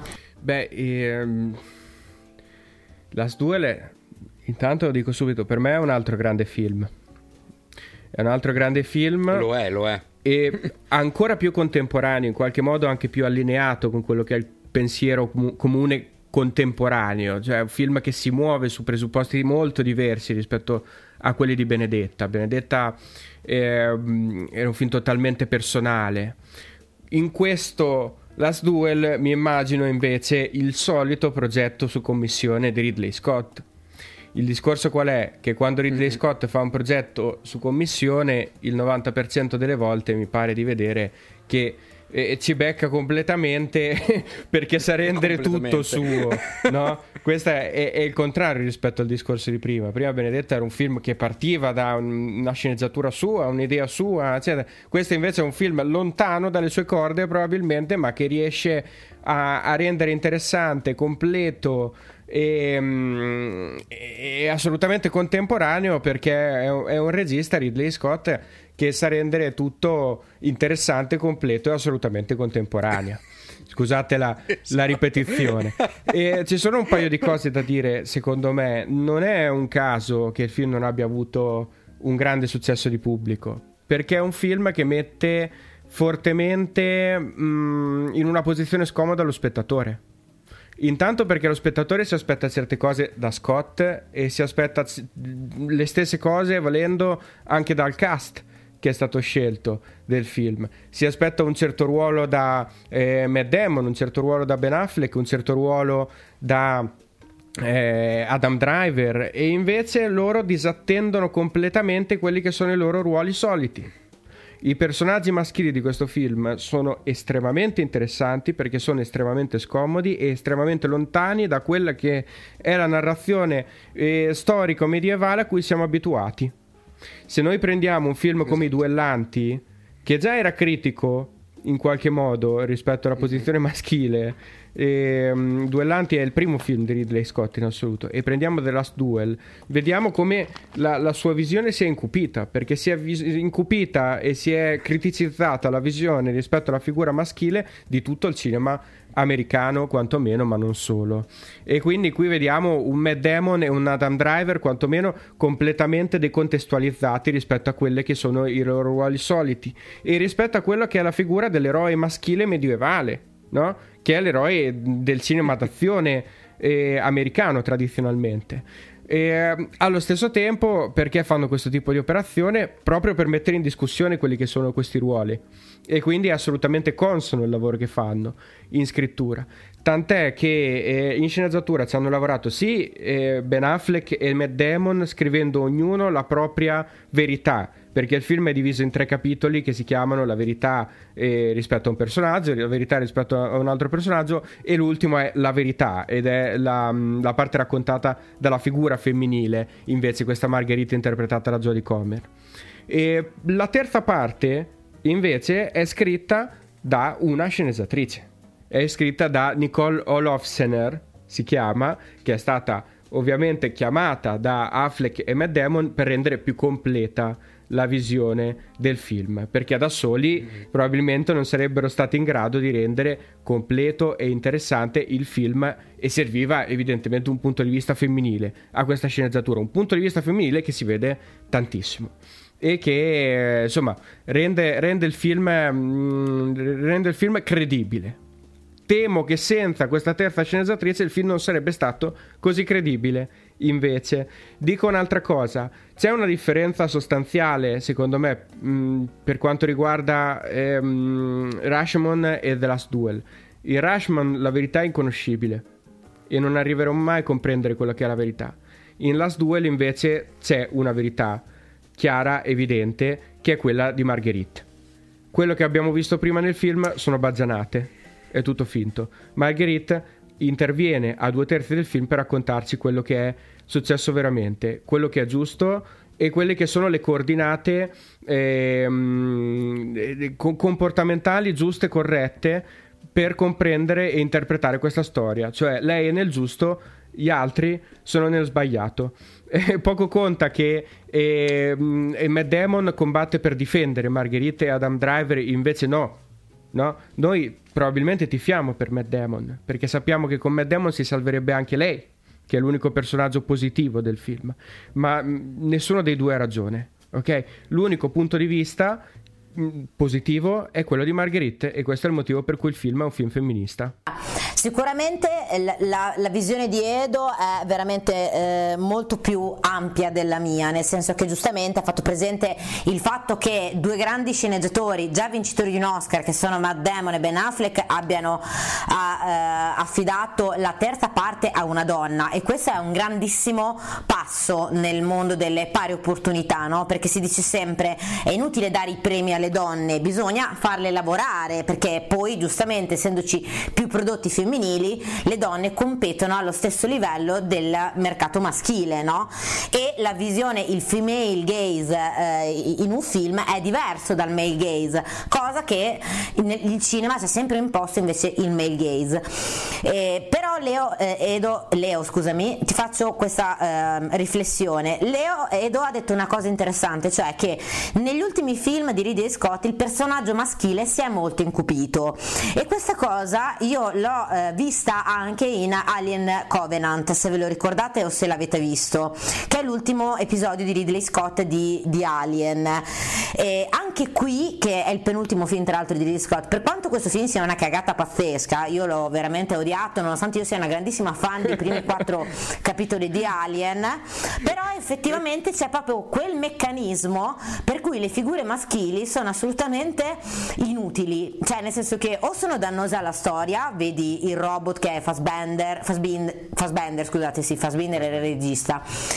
Last Duel, intanto lo dico subito, per me è un altro grande film. È un altro grande film. Lo è. E ancora più contemporaneo, in qualche modo anche più allineato con quello che è il pensiero comune contemporaneo. Cioè un film che si muove su presupposti molto diversi rispetto a quelli di Benedetta. Benedetta era un film totalmente personale. In questo Last Duel mi immagino invece il solito progetto su commissione di Ridley Scott. Il discorso qual è? Che quando Ridley Scott fa un progetto su commissione, il 90% delle volte mi pare di vedere che ci becca completamente perché sa rendere tutto suo, no? Questo è il contrario rispetto al discorso di prima. Prima Benedetta era un film che partiva da una sceneggiatura sua, un'idea sua, eccetera. Questo invece è un film lontano dalle sue corde probabilmente, ma che riesce a rendere interessante, completo e assolutamente contemporaneo, perché è un regista, Ridley Scott, che sa rendere tutto interessante, completo e assolutamente contemporaneo. Scusate la ripetizione. E ci sono un paio di cose da dire. Secondo me non è un caso che il film non abbia avuto un grande successo di pubblico, perché è un film che mette fortemente in una posizione scomoda lo spettatore. Intanto perché lo spettatore si aspetta certe cose da Scott e si aspetta le stesse cose, volendo, anche dal cast che è stato scelto del film. Si aspetta un certo ruolo da Matt Damon, un certo ruolo da Ben Affleck, un certo ruolo da Adam Driver, e invece loro disattendono completamente quelli che sono i loro ruoli soliti. I personaggi maschili di questo film sono estremamente interessanti perché sono estremamente scomodi e estremamente lontani da quella che è la narrazione storico-medievale a cui siamo abituati. Se noi prendiamo un film come I Duellanti, che già era critico in qualche modo rispetto alla posizione maschile, Duellanti è il primo film di Ridley Scott in assoluto, e prendiamo The Last Duel, vediamo come la sua visione si è incupita, perché si è incupita e si è criticizzata la visione rispetto alla figura maschile di tutto il cinema americano, quantomeno, ma non solo. E quindi qui vediamo un Matt Damon e un Adam Driver quantomeno completamente decontestualizzati rispetto a quelle che sono i loro ruoli soliti e rispetto a quello che è la figura dell'eroe maschile medievale, no? Che è l'eroe del cinema d'azione americano tradizionalmente. E allo stesso tempo, perché fanno questo tipo di operazione? Proprio per mettere in discussione quelli che sono questi ruoli, e quindi è assolutamente consono il lavoro che fanno in scrittura, tant'è che in sceneggiatura ci hanno lavorato Ben Affleck e Matt Damon, scrivendo ognuno la propria verità, perché il film è diviso in 3 capitoli che si chiamano la verità rispetto a un personaggio, la verità rispetto a un altro personaggio, e l'ultimo è la verità, ed è la parte raccontata dalla figura femminile, invece questa Marguerite interpretata da Jodie Comer. E la terza parte invece è scritta da una sceneggiatrice, è scritta da Nicole Olofsener, si chiama, che è stata ovviamente chiamata da Affleck e Matt Damon per rendere più completa la visione del film, perché da soli probabilmente non sarebbero stati in grado di rendere completo e interessante il film, e serviva evidentemente un punto di vista femminile a questa sceneggiatura, un punto di vista femminile che si vede tantissimo e che insomma rende il film credibile. Temo che senza questa terza sceneggiatrice il film non sarebbe stato così credibile. Invece dico un'altra cosa: c'è una differenza sostanziale secondo me per quanto riguarda Rashomon e The Last Duel. In Rashomon la verità è inconoscibile e non arriverò mai a comprendere quella che è la verità. In Last Duel invece c'è una verità chiara, evidente, che è quella di Marguerite. Quello che abbiamo visto prima nel film sono baggianate, è tutto finto. Marguerite interviene a 2/3 del film per raccontarci quello che è successo veramente, quello che è giusto e quelle che sono le coordinate comportamentali giuste e corrette per comprendere e interpretare questa storia. Cioè lei è nel giusto, gli altri sono nel sbagliato. Poco conta che Matt Damon combatte per difendere Marguerite e Adam Driver, invece no, noi probabilmente tifiamo per Matt Damon, perché sappiamo che con Matt Damon si salverebbe anche lei, che è l'unico personaggio positivo del film, ma nessuno dei due ha ragione, ok? L'unico punto di vista positivo è quello di Marguerite, e questo è il motivo per cui il film è un film femminista. Sicuramente la visione di Edo è veramente molto più ampia della mia, nel senso che giustamente ha fatto presente il fatto che 2 grandi sceneggiatori già vincitori di un Oscar, che sono Matt Damon e Ben Affleck, abbiano affidato la terza parte a una donna, e questo è un grandissimo passo nel mondo delle pari opportunità, no? Perché si dice sempre è inutile dare i premi alle donne, bisogna farle lavorare, perché poi giustamente essendoci più prodotti femminili le donne competono allo stesso livello del mercato maschile, no? E la visione, il female gaze in un film è diverso dal male gaze, cosa che il cinema si è sempre imposto invece il male gaze. Però Leo, scusami, ti faccio questa riflessione. Edo ha detto una cosa interessante, cioè che negli ultimi film di Ridley Scott il personaggio maschile si è molto incupito, e questa cosa io l'ho vista anche in Alien Covenant, se ve lo ricordate o se l'avete visto, che è l'ultimo episodio di Ridley Scott di Alien. E anche qui, che è il penultimo film tra l'altro di Ridley Scott, per quanto questo film sia una cagata pazzesca, io l'ho veramente odiato nonostante io sia una grandissima fan dei primi 4 capitoli di Alien, però effettivamente c'è proprio quel meccanismo per cui le figure maschili sono assolutamente inutili, cioè nel senso che o sono dannose alla storia, vedi il robot che è Fassbender, scusate, Fassbender era il regista.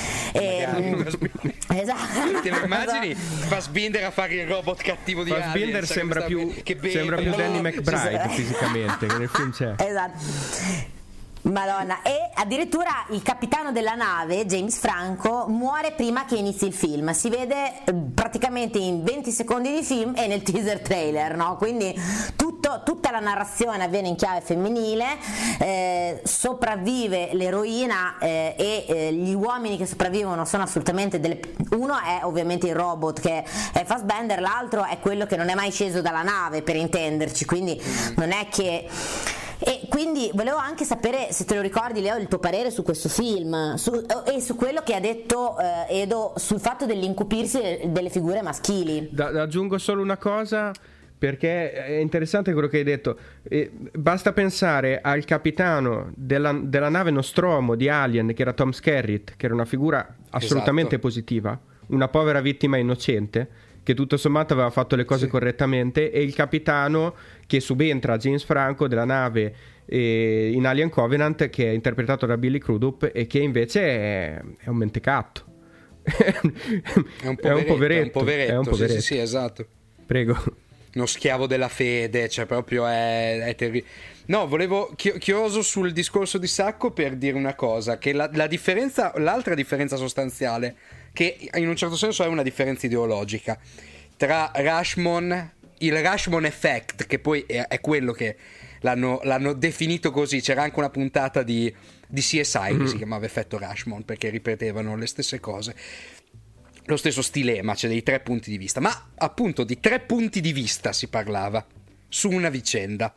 Esatto. Te lo immagini Fassbender a fare il robot cattivo di Fassbender Alien? sembra più Danny McBride fisicamente, che nel film c'è. Esatto. Madonna, e addirittura il capitano della nave, James Franco, muore prima che inizi il film, si vede praticamente in 20 secondi di film e nel teaser trailer, no? Quindi tutta la narrazione avviene in chiave femminile, sopravvive l'eroina, e gli uomini che sopravvivono sono assolutamente uno è ovviamente il robot che è Fassbender, l'altro è quello che non è mai sceso dalla nave, per intenderci, quindi non è che... E quindi volevo anche sapere se te lo ricordi, Leo, il tuo parere su questo film e su quello che ha detto Edo sul fatto dell'incupirsi delle figure maschili. Aggiungo solo una cosa, perché è interessante quello che hai detto. Basta pensare al capitano della nave Nostromo di Alien, che era Tom Skerritt, che era una figura assolutamente positiva, una povera vittima innocente che tutto sommato aveva fatto le cose correttamente, e il capitano che subentra a James Franco della nave in Alien Covenant, che è interpretato da Billy Crudup e che invece è un mentecatto. È un poveretto. Sì, esatto. Prego. Uno schiavo della fede, cioè proprio è terribile. No, volevo chioso sul discorso di Sacco per dire una cosa, che la differenza, l'altra differenza sostanziale, che in un certo senso è una differenza ideologica, tra Rashomon, il Rashomon Effect, che poi è quello che l'hanno definito così, c'era anche una puntata di CSI che si chiamava Effetto Rashomon, perché ripetevano le stesse cose, lo stesso stilema, cioè dei 3 punti di vista, ma appunto di 3 punti di vista si parlava su una vicenda.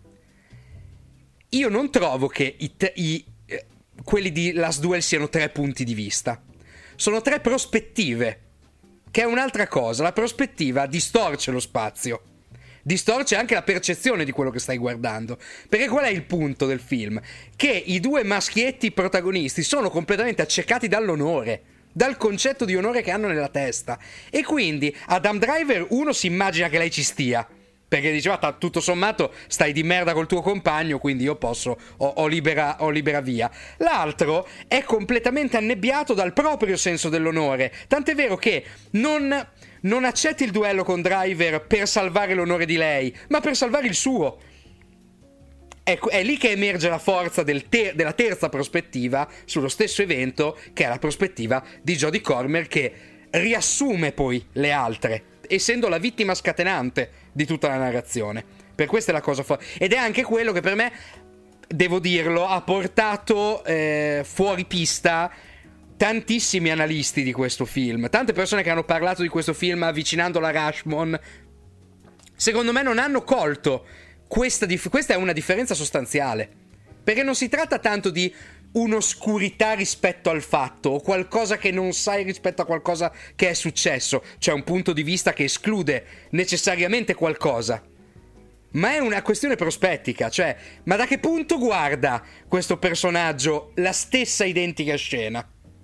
Io non trovo che quelli di Last Duel siano 3 punti di vista, sono 3 prospettive, che è un'altra cosa. La prospettiva distorce lo spazio, distorce anche la percezione di quello che stai guardando, perché qual è il punto del film? Che i 2 maschietti protagonisti sono completamente accecati dall'onore, dal concetto di onore che hanno nella testa, e quindi Adam Driver, uno si immagina che lei ci stia, perché diceva tutto sommato stai di merda col tuo compagno, quindi io posso, ho libera via. L'altro è completamente annebbiato dal proprio senso dell'onore, tant'è vero che non accetti il duello con Driver per salvare l'onore di lei, ma per salvare il suo. È lì che emerge la forza della terza prospettiva sullo stesso evento, che è la prospettiva di Jodie Comer, che riassume poi le altre, essendo la vittima scatenante di tutta la narrazione. Per questa è la cosa ed è anche quello che per me, devo dirlo, ha portato fuori pista tantissimi analisti di questo film, tante persone che hanno parlato di questo film avvicinandolo a Rashomon. Secondo me non hanno colto questa è una differenza sostanziale, perché non si tratta tanto di un'oscurità rispetto al fatto o qualcosa che non sai rispetto a qualcosa che è successo, cioè un punto di vista che esclude necessariamente qualcosa, ma è una questione prospettica, cioè ma da che punto guarda questo personaggio la stessa identica scena?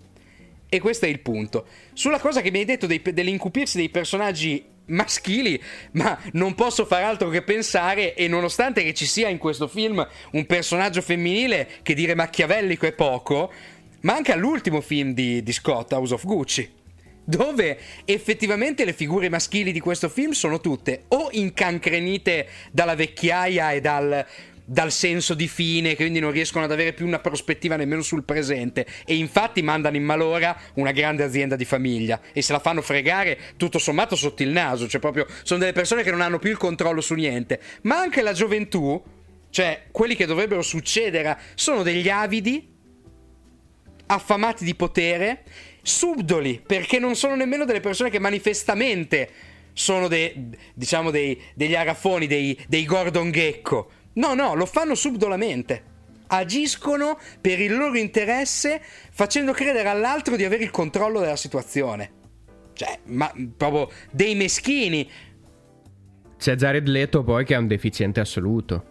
E questo è il punto. Sulla cosa che mi hai detto dell'incupirsi dei personaggi maschili, ma non posso far altro che pensare, e nonostante che ci sia in questo film un personaggio femminile che dire machiavellico è poco, ma anche all'ultimo film di Scott, House of Gucci, dove effettivamente le figure maschili di questo film sono tutte o incancrenite dalla vecchiaia e dal senso di fine, che quindi non riescono ad avere più una prospettiva nemmeno sul presente, e infatti mandano in malora una grande azienda di famiglia e se la fanno fregare tutto sommato sotto il naso, cioè proprio sono delle persone che non hanno più il controllo su niente. Ma anche la gioventù, cioè quelli che dovrebbero succedere, sono degli avidi, affamati di potere, subdoli, perché non sono nemmeno delle persone che manifestamente sono degli arafoni, dei Gordon Gekko. No, lo fanno subdolamente. Agiscono per il loro interesse, facendo credere all'altro di avere il controllo della situazione. Cioè, ma proprio dei meschini. C'è Jared Leto poi che è un deficiente assoluto.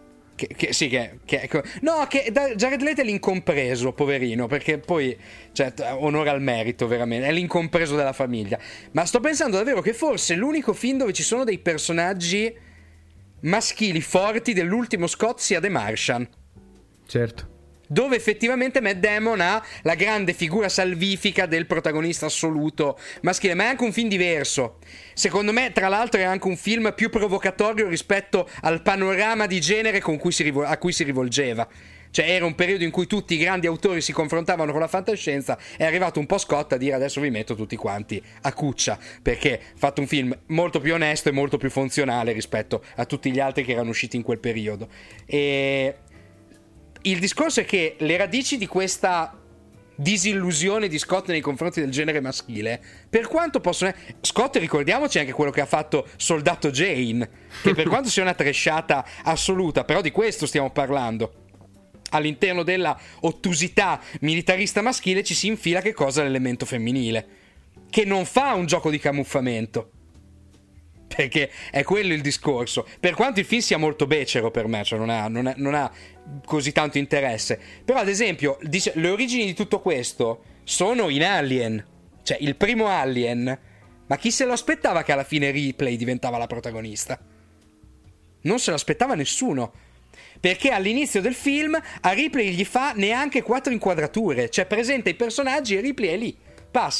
Jared Leto è l'incompreso, poverino, perché poi, cioè, onore al merito, veramente, è l'incompreso della famiglia. Ma sto pensando davvero che forse l'unico film dove ci sono dei personaggi maschili forti dell'ultimo Scott sia The Martian. Certo. Dove effettivamente Matt Damon ha la grande figura salvifica del protagonista assoluto maschile, ma è anche un film diverso. Secondo me, tra l'altro, è anche un film più provocatorio rispetto al panorama di genere a cui si rivolgeva. Cioè era un periodo in cui tutti i grandi autori si confrontavano con la fantascienza, è arrivato un po' Scott a dire adesso vi metto tutti quanti a cuccia, perché ha fatto un film molto più onesto e molto più funzionale rispetto a tutti gli altri che erano usciti in quel periodo. E il discorso è che le radici di questa disillusione di Scott nei confronti del genere maschile, per quanto possono... Scott, ricordiamoci anche quello che ha fatto Soldato Jane, che per quanto sia una tresciata assoluta, però di questo stiamo parlando, all'interno della ottusità militarista maschile ci si infila che cosa? L'elemento femminile, che non fa un gioco di camuffamento, perché è quello il discorso. Per quanto il film sia molto becero per me, cioè non ha così tanto interesse, però ad esempio le origini di tutto questo sono in Alien, cioè il primo Alien, ma chi se lo aspettava che alla fine Ripley diventava la protagonista? Non se lo aspettava nessuno, perché all'inizio del film a Ripley gli fa neanche 4 inquadrature, cioè presenta i personaggi e Ripley è lì, passa.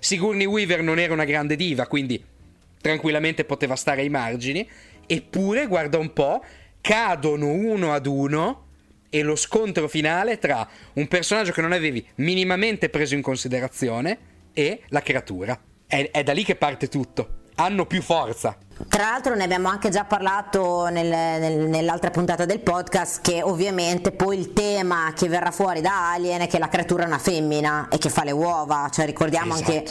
Sigourney Weaver non era una grande diva, quindi tranquillamente poteva stare ai margini. Eppure, guarda un po', cadono uno ad uno, e lo scontro finale tra un personaggio che non avevi minimamente preso in considerazione e la creatura. È da lì che parte tutto. Hanno più forza. Tra l'altro ne abbiamo anche già parlato nell'altra puntata del podcast, che ovviamente poi il tema che verrà fuori da Alien è che la creatura è una femmina e che fa le uova, cioè ricordiamo anche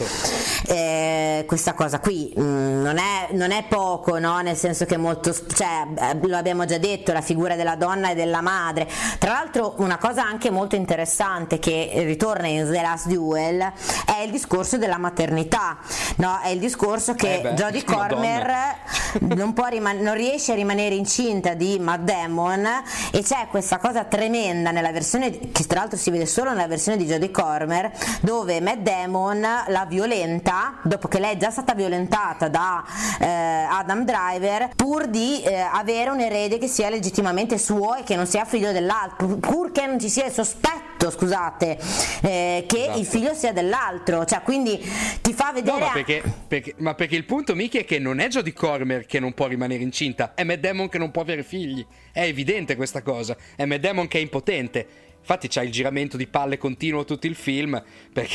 questa cosa qui, non è poco, no? Nel senso che molto, cioè, lo abbiamo già detto, la figura della donna e della madre. Tra l'altro una cosa anche molto interessante che ritorna in The Last Duel è il discorso della maternità, no? È il discorso che Jodie Comer non riesce a rimanere incinta di Matt Damon, e c'è questa cosa tremenda nella versione, che tra l'altro si vede solo nella versione di Jodie Comer, dove Matt Damon la violenta dopo che lei è già stata violentata da Adam Driver, pur di avere un erede che sia legittimamente suo e che non sia figlio dell'altro, purché non ci sia il sospetto, scusate, che il figlio sia dell'altro, cioè quindi ti fa vedere. No, ma perché il punto, Miki, è che non è Jodie Comer che non può rimanere incinta, è Matt Damon che non può avere figli. È evidente questa cosa. È Matt Damon che è impotente. Infatti c'ha il giramento di palle continuo tutto il film, perché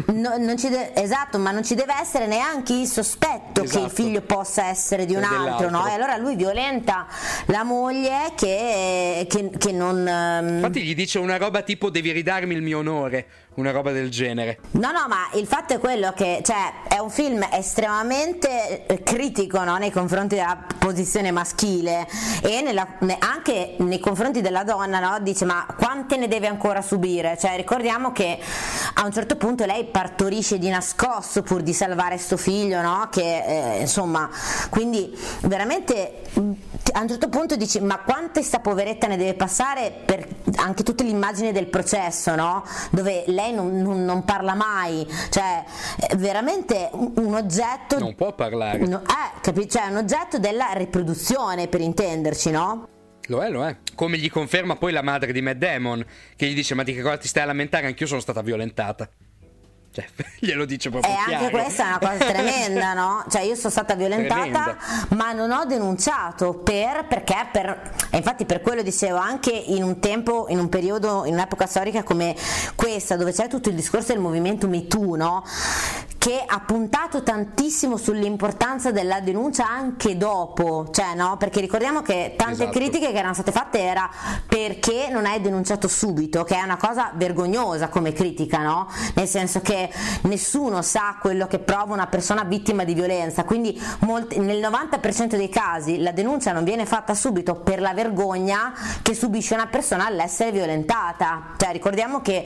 esatto, ma non ci deve essere neanche il sospetto che il figlio possa essere di un altro, no? E allora lui violenta la moglie che non. Infatti gli dice una roba tipo devi ridarmi il mio onore, una roba del genere. No, ma il fatto è quello che, cioè, è un film estremamente critico, no? Nei confronti della posizione maschile e anche nei confronti della donna, no? Dice ma quante ne deve ancora subire? Cioè ricordiamo che a un certo punto lei partorisce di nascosto pur di salvare sto figlio, no? Che insomma, quindi veramente a un certo punto dici ma quante sta poveretta ne deve passare per anche tutte le immagini del processo, no? Dove lei non parla mai, cioè veramente un oggetto, non può parlare, cioè un oggetto della riproduzione, per intenderci, no? Lo è. Come gli conferma poi la madre di Matt Damon, che gli dice ma di che cosa ti stai a lamentare, anch'io sono stata violentata. Cioè, glielo dice proprio chiaro. E anche questa è una cosa tremenda, no? Cioè io sono stata violentata, ma non ho denunciato perché e infatti per quello dicevo, anche in un tempo, in un periodo, in un'epoca storica come questa, dove c'è tutto il discorso del movimento Me Too, no? Che ha puntato tantissimo sull'importanza della denuncia anche dopo, cioè, no? Perché ricordiamo che tante critiche che erano state fatte era perché non hai denunciato subito, che è una cosa vergognosa come critica, no? Nel senso che nessuno sa quello che prova una persona vittima di violenza, quindi nel 90% dei casi la denuncia non viene fatta subito per la vergogna che subisce una persona all'essere violentata. Cioè ricordiamo che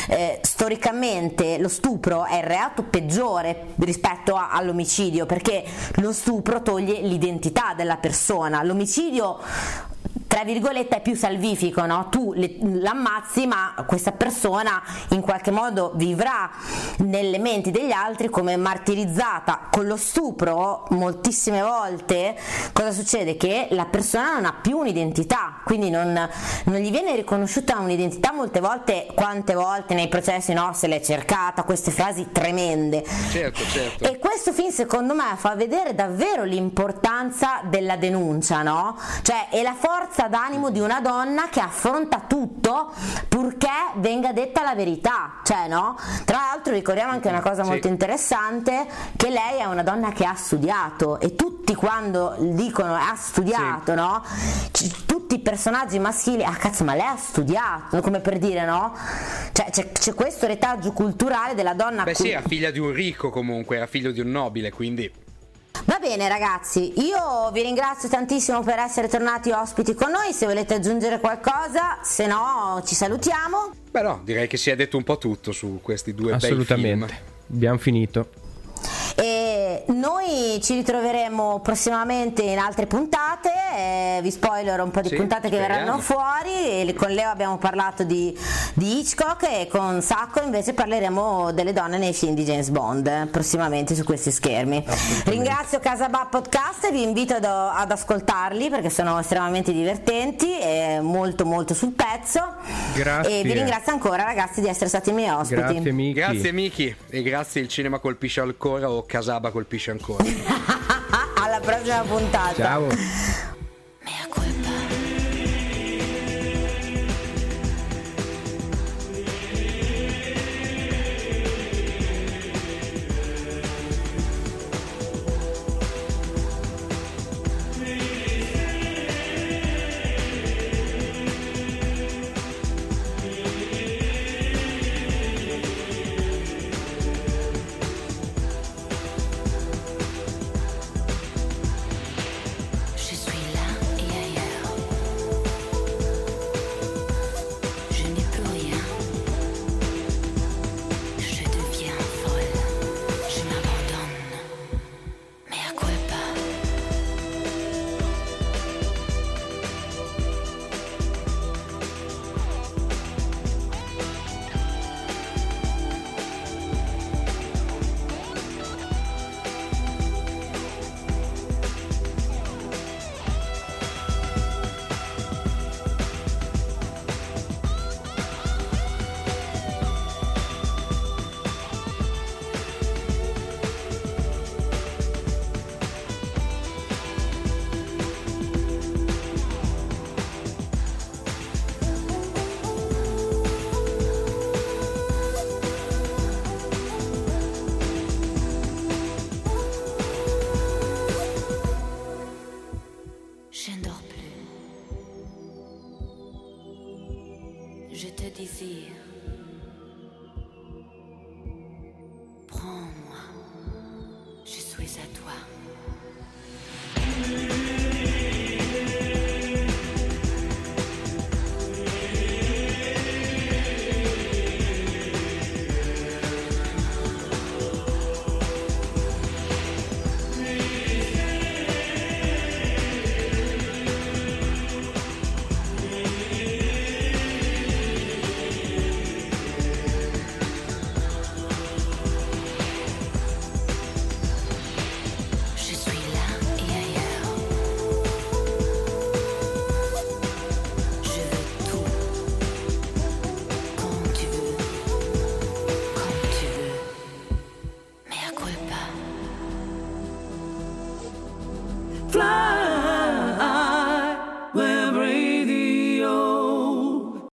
storicamente lo stupro è il reato peggiore rispetto all'omicidio, perché lo stupro toglie l'identità della persona, l'omicidio tra virgolette è più salvifico, no? Tu l'ammazzi, ma questa persona in qualche modo vivrà nelle menti degli altri come martirizzata. Con lo stupro moltissime volte cosa succede? Che la persona non ha più un'identità, quindi non gli viene riconosciuta un'identità molte volte, quante volte nei processi, no? Se l'è cercata, queste frasi tremende. Certo. E questo film secondo me fa vedere davvero l'importanza della denuncia, no? Cioè è la forza d'animo di una donna che affronta tutto purché venga detta la verità, cioè, no? Tra l'altro ricordiamo anche una cosa molto interessante, che lei è una donna che ha studiato, e tutti quando dicono ha studiato, no? Tutti i personaggi maschili, cazzo, ma lei ha studiato, come per dire, no? Cioè c'è questo retaggio culturale della donna. Sì, era figlia di un ricco, comunque era figlio di un nobile, quindi. Va bene ragazzi, io vi ringrazio tantissimo per essere tornati ospiti con noi. Se volete aggiungere qualcosa, se no ci salutiamo. Beh no, direi che si è detto un po' tutto su questi due bei film. Assolutamente, abbiamo finito. E noi noi ci ritroveremo prossimamente in altre puntate, vi spoiler un po' di puntate che verranno fuori. Con Leo abbiamo parlato di Hitchcock e con Sacco invece parleremo delle donne nei film di James Bond prossimamente su questi schermi. Ringrazio Casabà Podcast e vi invito ad ascoltarli perché sono estremamente divertenti e molto molto sul pezzo. Grazie. E vi ringrazio ancora ragazzi di essere stati i miei ospiti. Grazie Miki e grazie Il Cinema Colpisce Ancora o Casaba Colpisce Ancora. Alla prossima puntata. Ciao. Mea culpa. Je suis là et ailleurs. Je n'ai plus rien. Je deviens folle. Je m'abandonne. Mea culpa. Je ne dors plus. Je te désire.